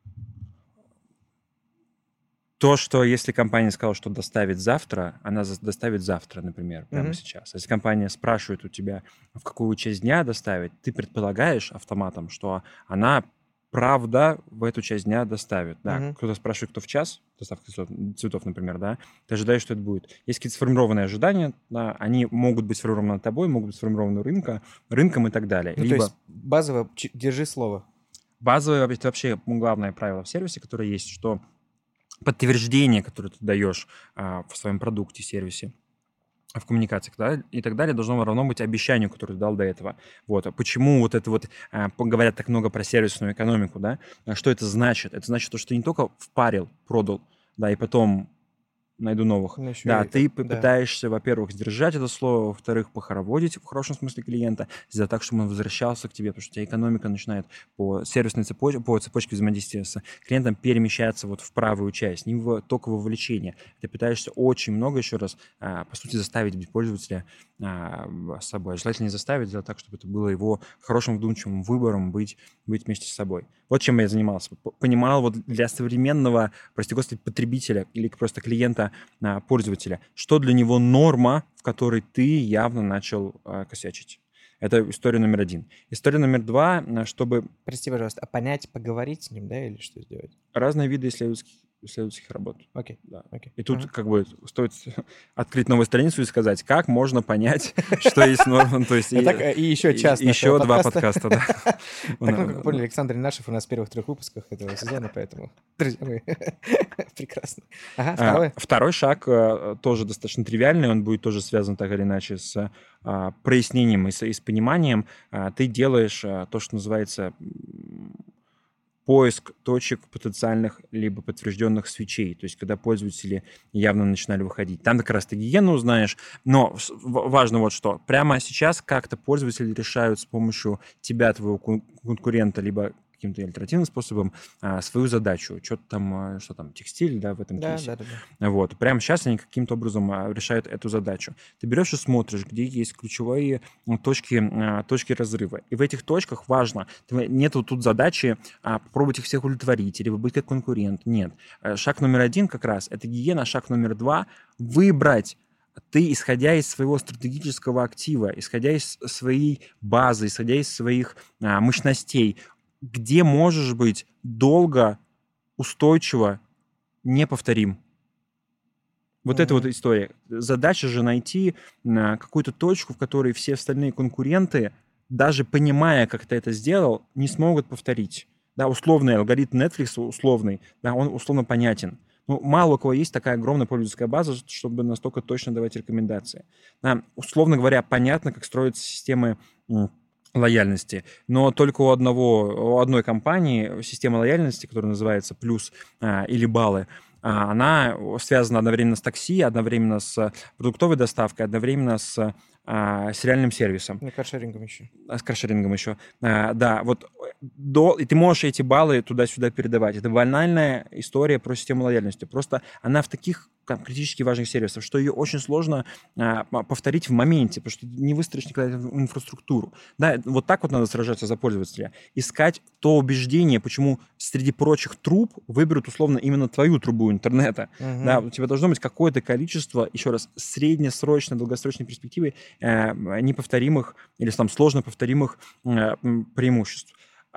То, что если компания сказала, что доставит завтра, она доставит завтра, например, прямо сейчас. Если компания спрашивает у тебя, в какую часть дня доставить, ты предполагаешь автоматом, что она правда в эту часть дня доставит. Да, кто-то спрашивает, кто в час, доставка цветов, например, да, ты ожидаешь, что это будет. Есть какие-то сформированные ожидания, да, они могут быть сформированы тобой, могут быть сформированы рынком и так далее. Ну, то есть базово держи слово. Базовое, это вообще главное правило в сервисе, которое есть, что подтверждение, которое ты даешь в своем продукте, сервисе, в коммуникациях, да, и так далее, должно равно быть обещанию, которое ты дал до этого. Вот. А почему вот это вот, говорят так много про сервисную экономику, да, что это значит? Это значит, что ты не только впарил, продал, да, и потом найду новых. Да, ты пытаешься, во-первых, сдержать это слово, во-вторых, похороводить в хорошем смысле клиента, сделать так, чтобы он возвращался к тебе, потому что у тебя экономика начинает по сервисной цепочке, по цепочке взаимодействия с клиентом перемещаться вот в правую часть, не только в вовлечение. Ты пытаешься очень много, еще раз, по сути, заставить быть пользователя с собой. Желательно не заставить, сделать так, чтобы это было его хорошим вдумчивым выбором быть вместе с собой. Вот чем я занимался. Понимал вот для современного, прости господи, потребителя или просто клиента, пользователя, что для него норма, в которой ты явно начал косячить. Это история номер 1. История номер 2, чтобы... Прости, пожалуйста, понять, поговорить с ним, да, или что сделать? Разные виды исследовательских работ. Окей. Да. Okay. И тут как бы стоит открыть новую страницу и сказать, как можно понять, что есть норма. То есть и еще час еще 2 подкаста, да. Так, как вы поняли, Александр Инашев у нас в первых 3 выпусках этого сезона, поэтому, друзья мои, прекрасно. Второй шаг тоже достаточно тривиальный, он будет тоже связан так или иначе с прояснением и с пониманием. Ты делаешь то, что называется поиск точек потенциальных либо подтвержденных свечей, то есть когда пользователи явно начинали выходить. Там как раз ты гигиену узнаешь, но важно вот что. Прямо сейчас как-то пользователи решают с помощью тебя, твоего конкурента, либо каким-то альтернативным способом свою задачу. Что там, текстиль, да, в этом кейсе. Да. Вот. Прямо сейчас они каким-то образом решают эту задачу. Ты берешь и смотришь, где есть ключевые точки разрыва. И в этих точках важно, нету тут задачи попробовать их всех удовлетворить или быть как конкурент. Нет. Шаг номер 1 как раз это гигиена, шаг номер 2 выбрать. Ты, исходя из своего стратегического актива, исходя из своей базы, исходя из своих мощностей, где можешь быть долго, устойчиво, неповторим. Вот эта вот история. Задача же найти какую-то точку, в которой все остальные конкуренты, даже понимая, как ты это сделал, не смогут повторить. Да, условный алгоритм Netflix, условный, да, он условно понятен. Ну, мало у кого есть такая огромная пользовательская база, чтобы настолько точно давать рекомендации. Да, условно говоря, понятно, как строятся системы лояльности, но только у одной компании система лояльности, которая называется «Плюс» или «Баллы», она связана одновременно с такси, одновременно с продуктовой доставкой, одновременно с сериальным сервисом. Ну, каршерингом еще. С каршерингом еще. Да, вот и ты можешь эти баллы туда-сюда передавать. Это банальная история про систему лояльности. Просто она в таких критически важных сервисах, что ее очень сложно повторить в моменте, потому что ты не выстроишь никогда инфраструктуру. Да, вот так вот надо сражаться за пользователя. Искать то убеждение, почему среди прочих труб выберут условно именно твою трубу интернета. Да, у тебя должно быть какое-то количество, еще раз, среднесрочной, долгосрочной перспективы неповторимых или там сложно повторимых преимуществ.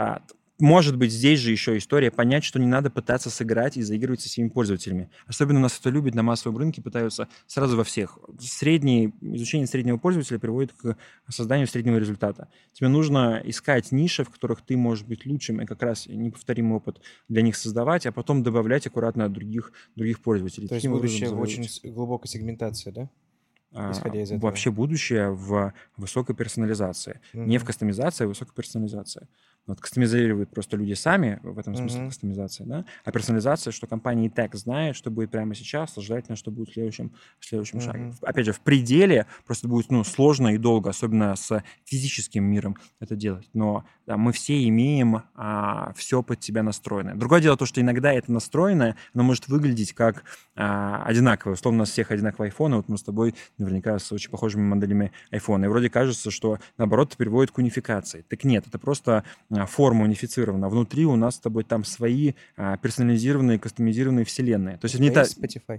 Может быть, здесь же еще история понять, что не надо пытаться сыграть и заигрывать со всеми пользователями. Особенно у нас это любят на массовом рынке, пытаются сразу во всех. Изучение среднего пользователя приводит к созданию среднего результата. Тебе нужно искать ниши, в которых ты можешь быть лучшим, и как раз неповторимый опыт для них создавать, а потом добавлять аккуратно от других пользователей. То есть будущее в очень глубокой сегментации, да? Исходя из этого. Вообще будущее в высокой персонализации. Не в кастомизации, а в высокой персонализации. Вот кастомизируют просто люди сами, в этом смысле кастомизация, да? А персонализация, что компания и так знает, что будет прямо сейчас, желательно, что будет в следующем шаге. Опять же, в пределе просто будет сложно и долго, особенно с физическим миром это делать. Но да, мы все имеем все под себя настроенное. Другое дело то, что иногда это настроенное, оно может выглядеть как одинаковое. Условно, у нас всех одинаковые айфоны, вот мы с тобой наверняка с очень похожими моделями айфона. И вроде кажется, что, наоборот, это приводит к унификации. Так нет, это просто форма унифицирована. Внутри у нас с тобой там свои персонализированные, кастомизированные вселенные. То есть это не так... Spotify?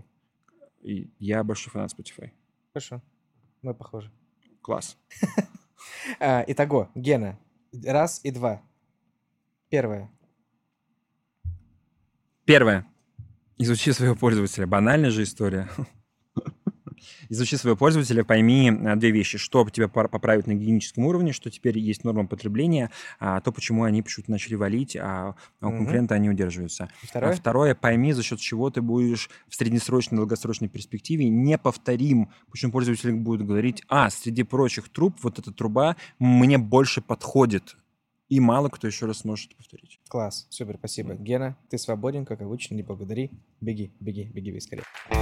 Я большой фанат Spotify. Хорошо. Мы похожи. Класс. Итого, Гена, 1 и 2. Первое. Изучи своего пользователя. Банальная же история. Изучи своего пользователя, пойми две вещи. Что тебя поправит на гигиеническом уровне, что теперь есть норма потребления, то, почему они почему-то начали валить, а у конкурента они удерживаются. Второе, пойми, за счет чего ты будешь в среднесрочной, долгосрочной перспективе неповторим. Почему пользователь будет говорить, среди прочих труб вот эта труба мне больше подходит. И мало кто еще раз сможет это повторить. Класс, супер, спасибо. Гена, ты свободен, как обычно, не благодари. Беги скорее.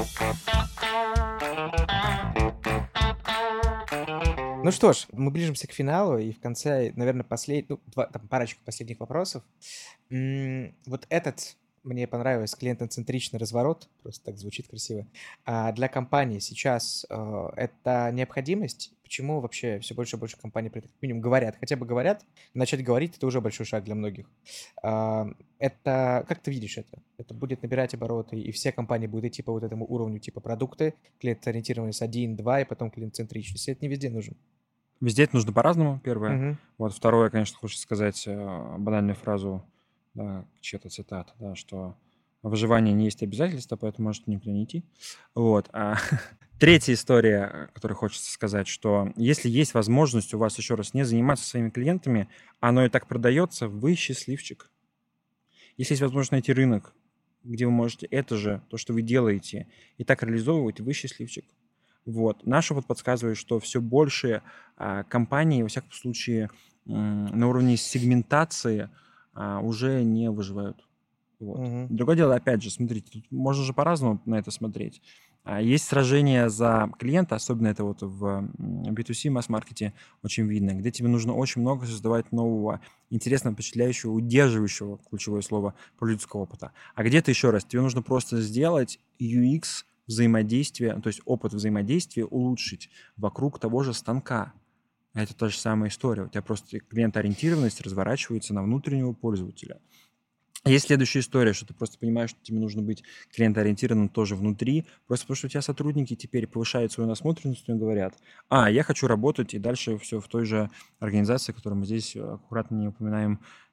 Ну что ж, мы ближимся к финалу, и в конце, наверное, парочку последних вопросов. Вот этот мне понравился клиентоцентричный разворот, просто так звучит красиво. Для компании сейчас это необходимость? Почему вообще все больше и больше компаний как минимум хотя бы говорят, начать говорить — это уже большой шаг для многих. Это, как ты видишь это? Это будет набирать обороты, и все компании будут идти по вот этому уровню, типа продукты, клиент-ориентированность 1, 2, и потом клиент-центричность. Это не везде нужен. Везде это нужно по-разному, первое. Вот второе, конечно, хочется сказать банальную фразу, да, чья-то цитата, да, что выживание не есть обязательство, поэтому может никуда не идти. Вот. Третья история, которую хочется сказать, что если есть возможность у вас еще раз не заниматься своими клиентами, оно и так продается, вы счастливчик. Если есть возможность найти рынок, где вы можете это же, то, что вы делаете, и так реализовывать, вы счастливчик. Вот. Наш опыт подсказывает, что все больше компаний, во всяком случае, на уровне сегментации уже не выживают. Вот. Другое дело, опять же, смотрите, тут можно же по-разному на это смотреть. Есть сражение за клиента, особенно это вот в B2C масс-маркете очень видно, где тебе нужно очень много создавать нового, интересного, впечатляющего, удерживающего, ключевое слово, пользовательского опыта. А где-то, еще раз, тебе нужно просто сделать UX взаимодействия, то есть опыт взаимодействия улучшить вокруг того же станка. Это та же самая история. У тебя просто клиентоориентированность разворачивается на внутреннего пользователя. Есть следующая история, что ты просто понимаешь, что тебе нужно быть клиентоориентированным тоже внутри, просто потому что у тебя сотрудники теперь повышают свою насмотренность и говорят, я хочу работать и дальше все в той же организации, которую мы здесь аккуратно не упоминаем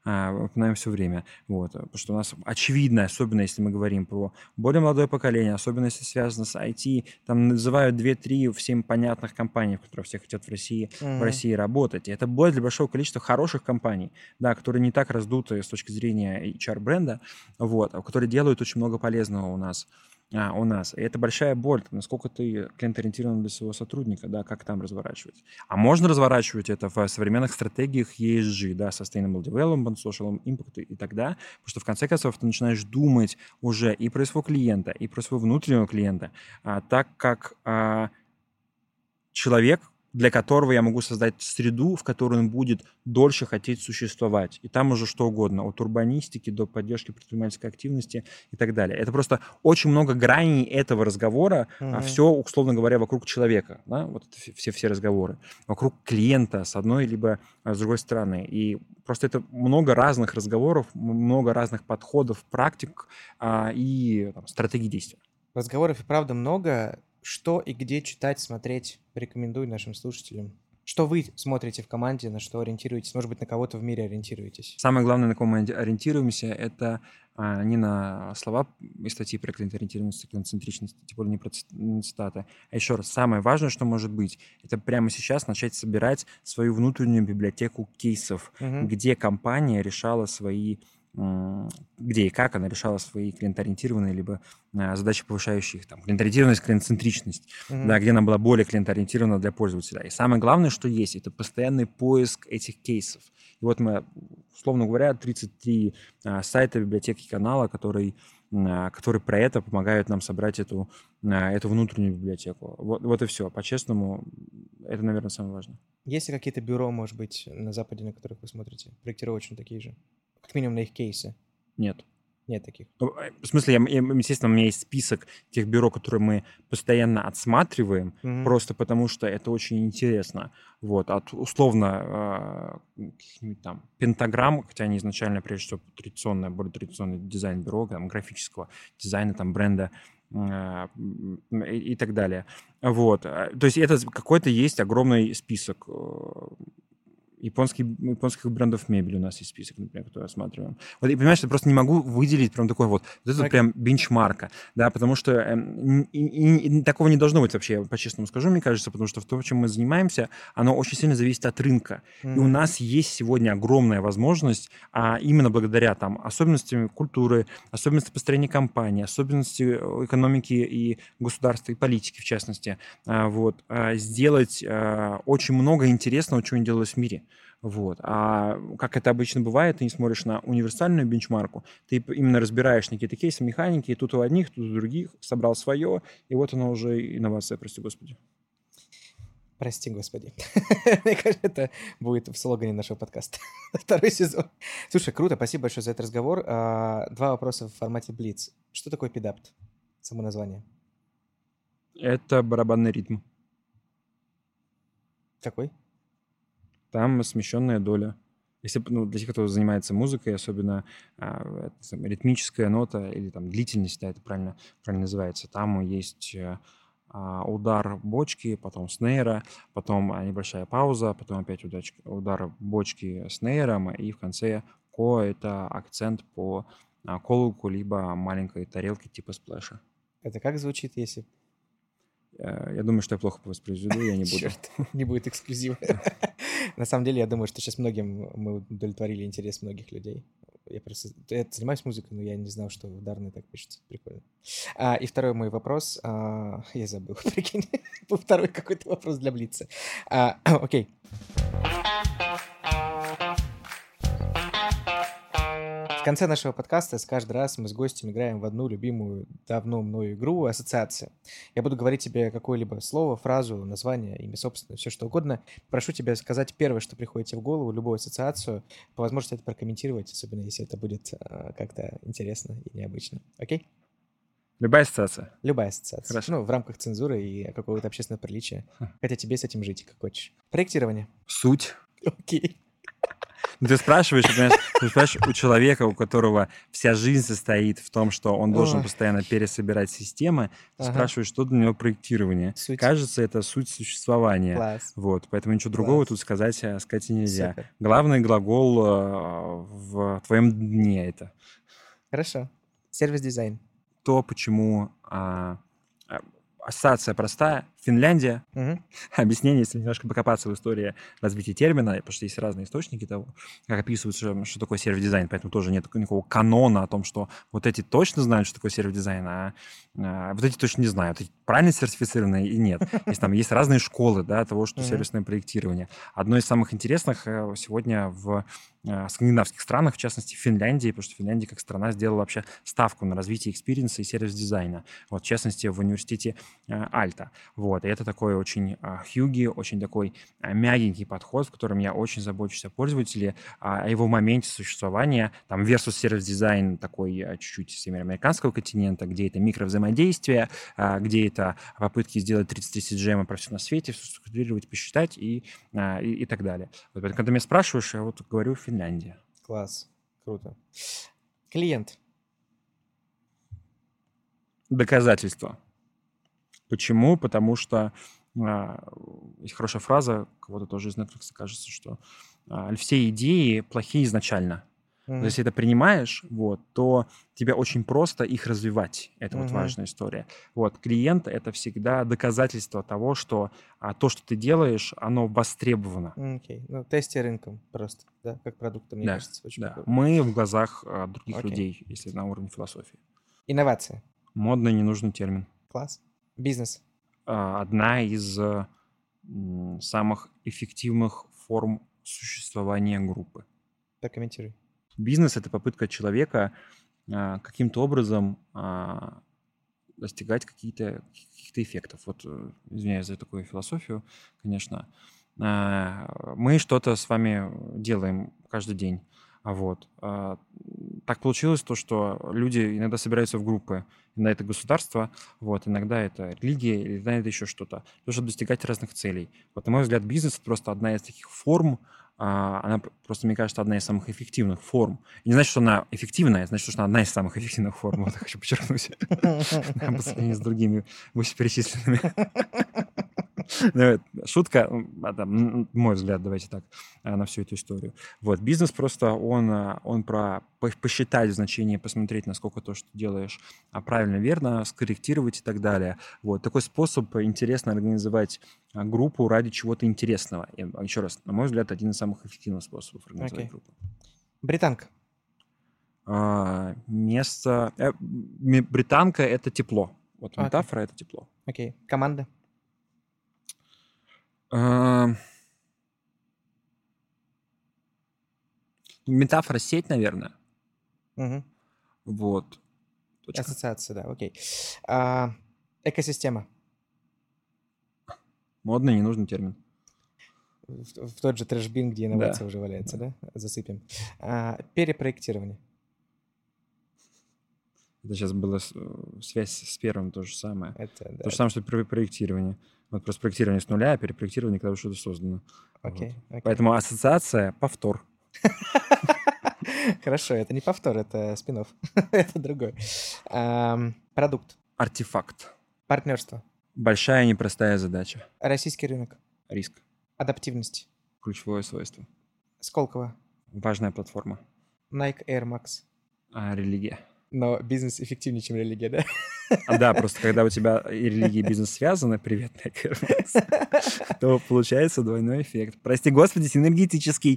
упоминаем все время. Вот. Потому что у нас очевидно, особенно если мы говорим про более молодое поколение, особенно если связано с IT, там называют 2-3 всем понятных компаний, в которых все хотят в России работать. И это боль для большого количества хороших компаний, да, которые не так раздуты с точки зрения HR-бренда, вот, которые делают очень много полезного у нас. И это большая боль, насколько ты клиент-ориентирован для своего сотрудника, да, как там разворачивать. А можно разворачивать это в современных стратегиях ESG, да, Sustainable Development, Social Impact и так далее, потому что в конце концов ты начинаешь думать уже и про своего клиента, и про своего внутреннего клиента, так как человек, для которого я могу создать среду, в которой он будет дольше хотеть существовать. И там уже что угодно, от урбанистики до поддержки предпринимательской активности и так далее. Это просто очень много граней этого разговора, все, условно говоря, вокруг человека. Да? Вот все разговоры. Вокруг клиента с одной либо с другой стороны. И просто это много разных разговоров, много разных подходов, практик и стратегий действия. Разговоров и правда много. Что и где читать, смотреть, рекомендую нашим слушателям. Что вы смотрите в команде, на что ориентируетесь? Может быть, на кого-то в мире ориентируетесь? Самое главное, на кого мы ориентируемся, это не на слова и статьи про клиент-ориентированность, клиент-центричность, тем более не про цитаты. А еще раз, самое важное, что может быть, это прямо сейчас начать собирать свою внутреннюю библиотеку кейсов, где компания решала где и как она решала свои клиент-ориентированные либо задачи, повышающие их, там, клиент-ориентированность, клиент-центричность, да, где она была более клиент-ориентирована для пользователя. И самое главное, что есть, это постоянный поиск этих кейсов. И вот мы, условно говоря, 33 сайта, библиотеки, канала, которые про это помогают нам собрать эту внутреннюю библиотеку. Вот и все. По-честному, это, наверное, самое важное. Есть ли какие-то бюро, может быть, на Западе, на которых вы смотрите? Проектировочные такие же? Как минимум на их кейсы? Нет. Нет таких? В смысле, естественно, у меня есть список тех бюро, которые мы постоянно отсматриваем, просто потому что это очень интересно. Вот, от условно каких-нибудь там пентаграмм, хотя они изначально, прежде всего, более традиционный дизайн-бюро, там, графического дизайна, там, бренда и так далее. Вот, то есть это какой-то есть огромный список японских брендов мебели у нас есть список, например, который рассматриваем. Вот, и понимаешь, я просто не могу выделить прям такой вот это прям бенчмарка, да, потому что такого не должно быть вообще, я по-честному скажу, мне кажется, потому что в том, чем мы занимаемся, оно очень сильно зависит от рынка. И у нас есть сегодня огромная возможность, именно благодаря там особенностям культуры, особенностям построения компании, особенностям экономики и государства, и политики, в частности, сделать очень много интересного, чего не делалось в мире. Вот. А как это обычно бывает, ты не смотришь на универсальную бенчмарку, ты именно разбираешь на какие-то кейсы, механики, тут у одних, тут у других, собрал свое, и вот оно уже инновация, прости господи. Прости господи. Мне кажется, это будет в слогане нашего подкаста. Второй сезон. Слушай, круто, спасибо большое за этот разговор. 2 вопроса в формате Blitz. Что такое педапт? Само название. Это барабанный ритм. Какой? Там смещенная доля. Если, для тех, кто занимается музыкой, особенно ритмическая нота или там длительность, да, это правильно называется, там есть удар бочки, потом снейра, потом небольшая пауза, потом опять удар бочки снейром, и в конце ко — это акцент по колоколу либо маленькой тарелке типа сплэша. Это как звучит, если... Я думаю, что я плохо воспроизведу, я не буду. Черт, не будет эксклюзива. На самом деле, я думаю, что сейчас мы удовлетворили интерес многих людей. Я занимаюсь музыкой, но я не знал, что ударный так пишется. Прикольно. И второй мой вопрос. Я забыл, прикинь. Был второй какой-то вопрос для Блица. Окей. В конце нашего подкаста каждый раз мы с гостем играем в одну любимую давно мною игру «Ассоциация». Я буду говорить тебе какое-либо слово, фразу, название, имя собственное, все что угодно. Прошу тебя сказать первое, что приходит тебе в голову, любую ассоциацию. По возможности это прокомментировать, особенно если это будет как-то интересно и необычно. Окей? Любая ассоциация? Любая ассоциация. Хорошо. В рамках цензуры и какого-то общественного приличия. Хотя тебе с этим жить, как хочешь. Проектирование. Суть. Окей. Ну, ты спрашиваешь, понимаешь, ты спрашиваешь у человека, у которого вся жизнь состоит в том, что он должен Ой, постоянно пересобирать системы, ты ага, спрашиваешь, что для него проектирование. суть. Кажется, это суть существования. Класс, Вот, поэтому ничего другого класс. тут сказать и нельзя. Супер. Главный глагол в твоем дне это Хорошо. Сервис-дизайн. то, почему а, ассоциация простая. Финляндия. Мгм. Объяснение, если немножко покопаться в истории развития термина, потому что есть разные источники того, как описывают, что такое сервис-дизайн, поэтому тоже нет никакого канона о том, что вот эти точно знают, что такое сервис-дизайн, вот эти точно не знают. Эти правильно сертифицированные и нет. Есть разные школы, да, того, что Мгм. сервисное проектирование. Одно из самых интересных сегодня в скандинавских странах, в частности, в Финляндии, потому что Финляндия как страна сделала вообще ставку на развитие экспириенса и сервис-дизайна. Вот, в частности, в университете Альта. Вот, и это такой очень хьюги, очень такой мягенький подход, в котором я очень забочусь о пользователе, о его моменте существования. Там versus сервис-дизайн такой чуть-чуть североамериканского континента, где это микровзаимодействие, где это попытки сделать 30 CGM про все на свете, все структурировать, посчитать и так далее. Вот, поэтому, когда меня спрашиваешь, я вот говорю Финляндия. Класс. Круто. Клиент. Доказательства. Почему? Потому что есть хорошая фраза, кого-то тоже из Netflix, кажется, что все идеи плохие изначально. Но Мгм. если это принимаешь, вот, то тебе очень просто их развивать. Это вот Мгм. важная история. Вот, клиент — это всегда доказательство того, что то, что ты делаешь, оно востребовано. Окей. Ну, тести рынком просто, да, как продукта, мне Да, кажется, очень да. прикольно. Мы в глазах других Окей. людей, если на уровне философии. Инновация. Модный ненужный термин. Класс. Бизнес. Одна из самых эффективных форм существования группы. Прокомментируй. Бизнес — это попытка человека каким-то образом достигать каких-то эффектов. Вот, извиняюсь за такую философию, конечно. Мы что-то с вами делаем каждый день. Вот. Так получилось то, что люди иногда собираются в группы. Иногда это государство, вот, иногда это религия, иногда это еще что-то, чтобы достигать разных целей. Вот, на мой взгляд, бизнес — это просто одна из таких форм, она просто, мне кажется, одна из самых эффективных форм. И не значит, что она эффективная, значит, что она одна из самых эффективных форм. Вот я хочу подчеркнуть. По сравнению с другими вышеперечисленными. Шутка, это мой взгляд, давайте так, на всю эту историю. Вот, бизнес просто, он про посчитать значение, посмотреть, насколько то, что делаешь, правильно, верно, скорректировать и так далее. Вот, такой способ интересно организовать группу ради чего-то интересного. И, еще раз, на мой взгляд, один из самых эффективных способов организовать Окей. группу. Британка. Место... британка — это тепло. Вот Окей. метафора — это тепло. Окей. Команда. Метафора — сеть, наверное. Мгм. Вот. Точка. Ассоциация, да, окей. Экосистема. Модный, ненужный термин. В тот же трэш-бин, где инновация Да. уже валяется, да? Засыпем. Перепроектирование. Это сейчас была связь с первым, то же самое. Это, да. То же самое, что проектирование. Вот просто проектирование с нуля, а перепроектирование, когда уже что-то создано. Окей, Вот. окей. Поэтому ассоциация — повтор. Хорошо, это не повтор, это спин-офф. Это другой. Продукт. Артефакт. Партнерство. Большая непростая задача. Российский рынок. Риск. Адаптивность. Ключевое свойство. Сколково. Важная платформа. Nike Air Max. Религия. Но бизнес эффективнее, чем религия, да? Да, просто когда у тебя и религия, и бизнес связаны, привет, Nike Air Max, то получается двойной эффект. Прости господи, синергетический.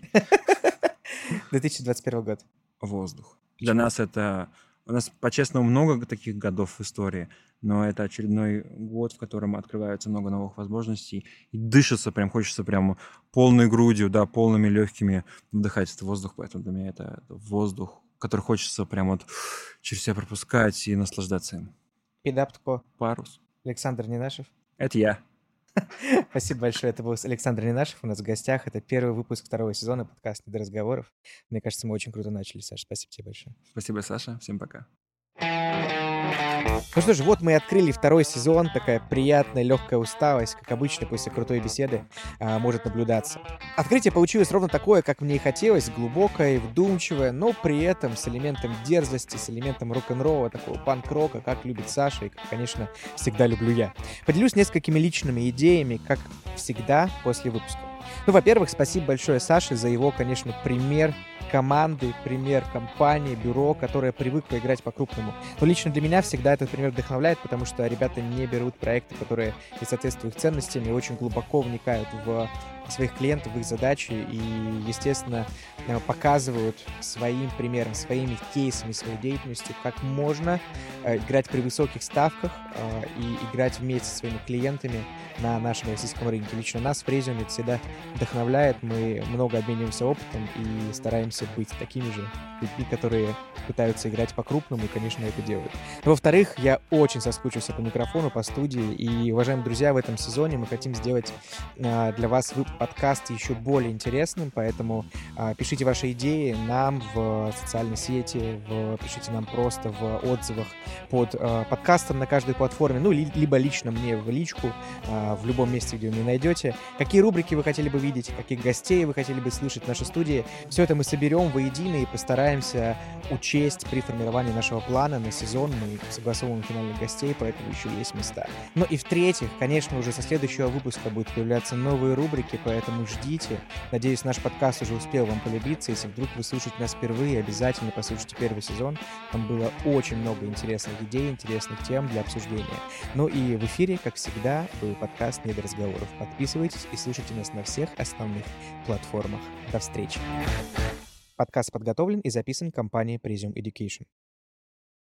2021 год. Воздух. Для нас это... У нас, по-честному, много таких годов в истории, но это очередной год, в котором открывается много новых возможностей, и дышится прям, хочется прям полной грудью, да, полными легкими вдыхать этот воздух, поэтому для меня это воздух, который хочется прям вот через себя пропускать и наслаждаться им. Пидаптко. Парус. Александр Ненашев. Это я. Спасибо большое. Это был Александр Ненашев у нас в гостях. Это первый выпуск второго сезона подкаста «Не до разговоров». Мне кажется, мы очень круто начали, Саша. Спасибо тебе большое. Спасибо, Саша. Всем пока. Ну что же, вот мы и открыли второй сезон. Такая приятная, легкая усталость, как обычно, после крутой беседы может наблюдаться. Открытие получилось ровно такое, как мне и хотелось, глубокое и вдумчивое, но при этом с элементом дерзости, с элементом рок-н-ролла, такого панк-рока, как любит Саша и, как, конечно, всегда люблю я. Поделюсь несколькими личными идеями, как всегда, после выпуска. Ну, во-первых, спасибо большое Саше за его, конечно, пример команды, пример компании, бюро, которое привыкло играть по-крупному. Но лично для меня всегда этот пример вдохновляет, потому что ребята не берут проекты, которые не соответствуют их ценностям, и очень глубоко вникают в своих клиентов, в их задачи и, естественно, показывают своим примером, своими кейсами, своей деятельностью, как можно играть при высоких ставках и играть вместе со своими клиентами на нашем российском рынке. Лично нас в Presium это всегда вдохновляет, мы много обмениваемся опытом и стараемся быть такими же людьми, которые пытаются играть по-крупному и, конечно, это делают. Но, во-вторых, я очень соскучился по микрофону, по студии, и, уважаемые друзья, в этом сезоне мы хотим сделать для вас подкаст еще более интересным, поэтому пишите ваши идеи нам в социальной сети, пишите нам просто в отзывах под подкастом на каждой платформе, ну, либо лично мне в личку, в любом месте, где вы меня найдете. Какие рубрики вы хотели бы видеть, каких гостей вы хотели бы слышать в нашей студии. Все это мы соберем воедино и постараемся учесть при формировании нашего плана на сезон. Мы согласовываем финальных гостей, поэтому еще есть места. Ну и в-третьих, конечно, уже со следующего выпуска будут появляться новые рубрики, поэтому ждите. Надеюсь, наш подкаст уже успел вам полюбиться. Если вдруг вы слушаете нас впервые, обязательно послушайте первый сезон. Там было очень много интересных идей, интересных тем для обсуждения. Ну и в эфире, как всегда, был подкаст «Не до разговоров». Подписывайтесь и слушайте нас на всех основных платформах. До встречи. Подкаст подготовлен и записан компанией Presium Education.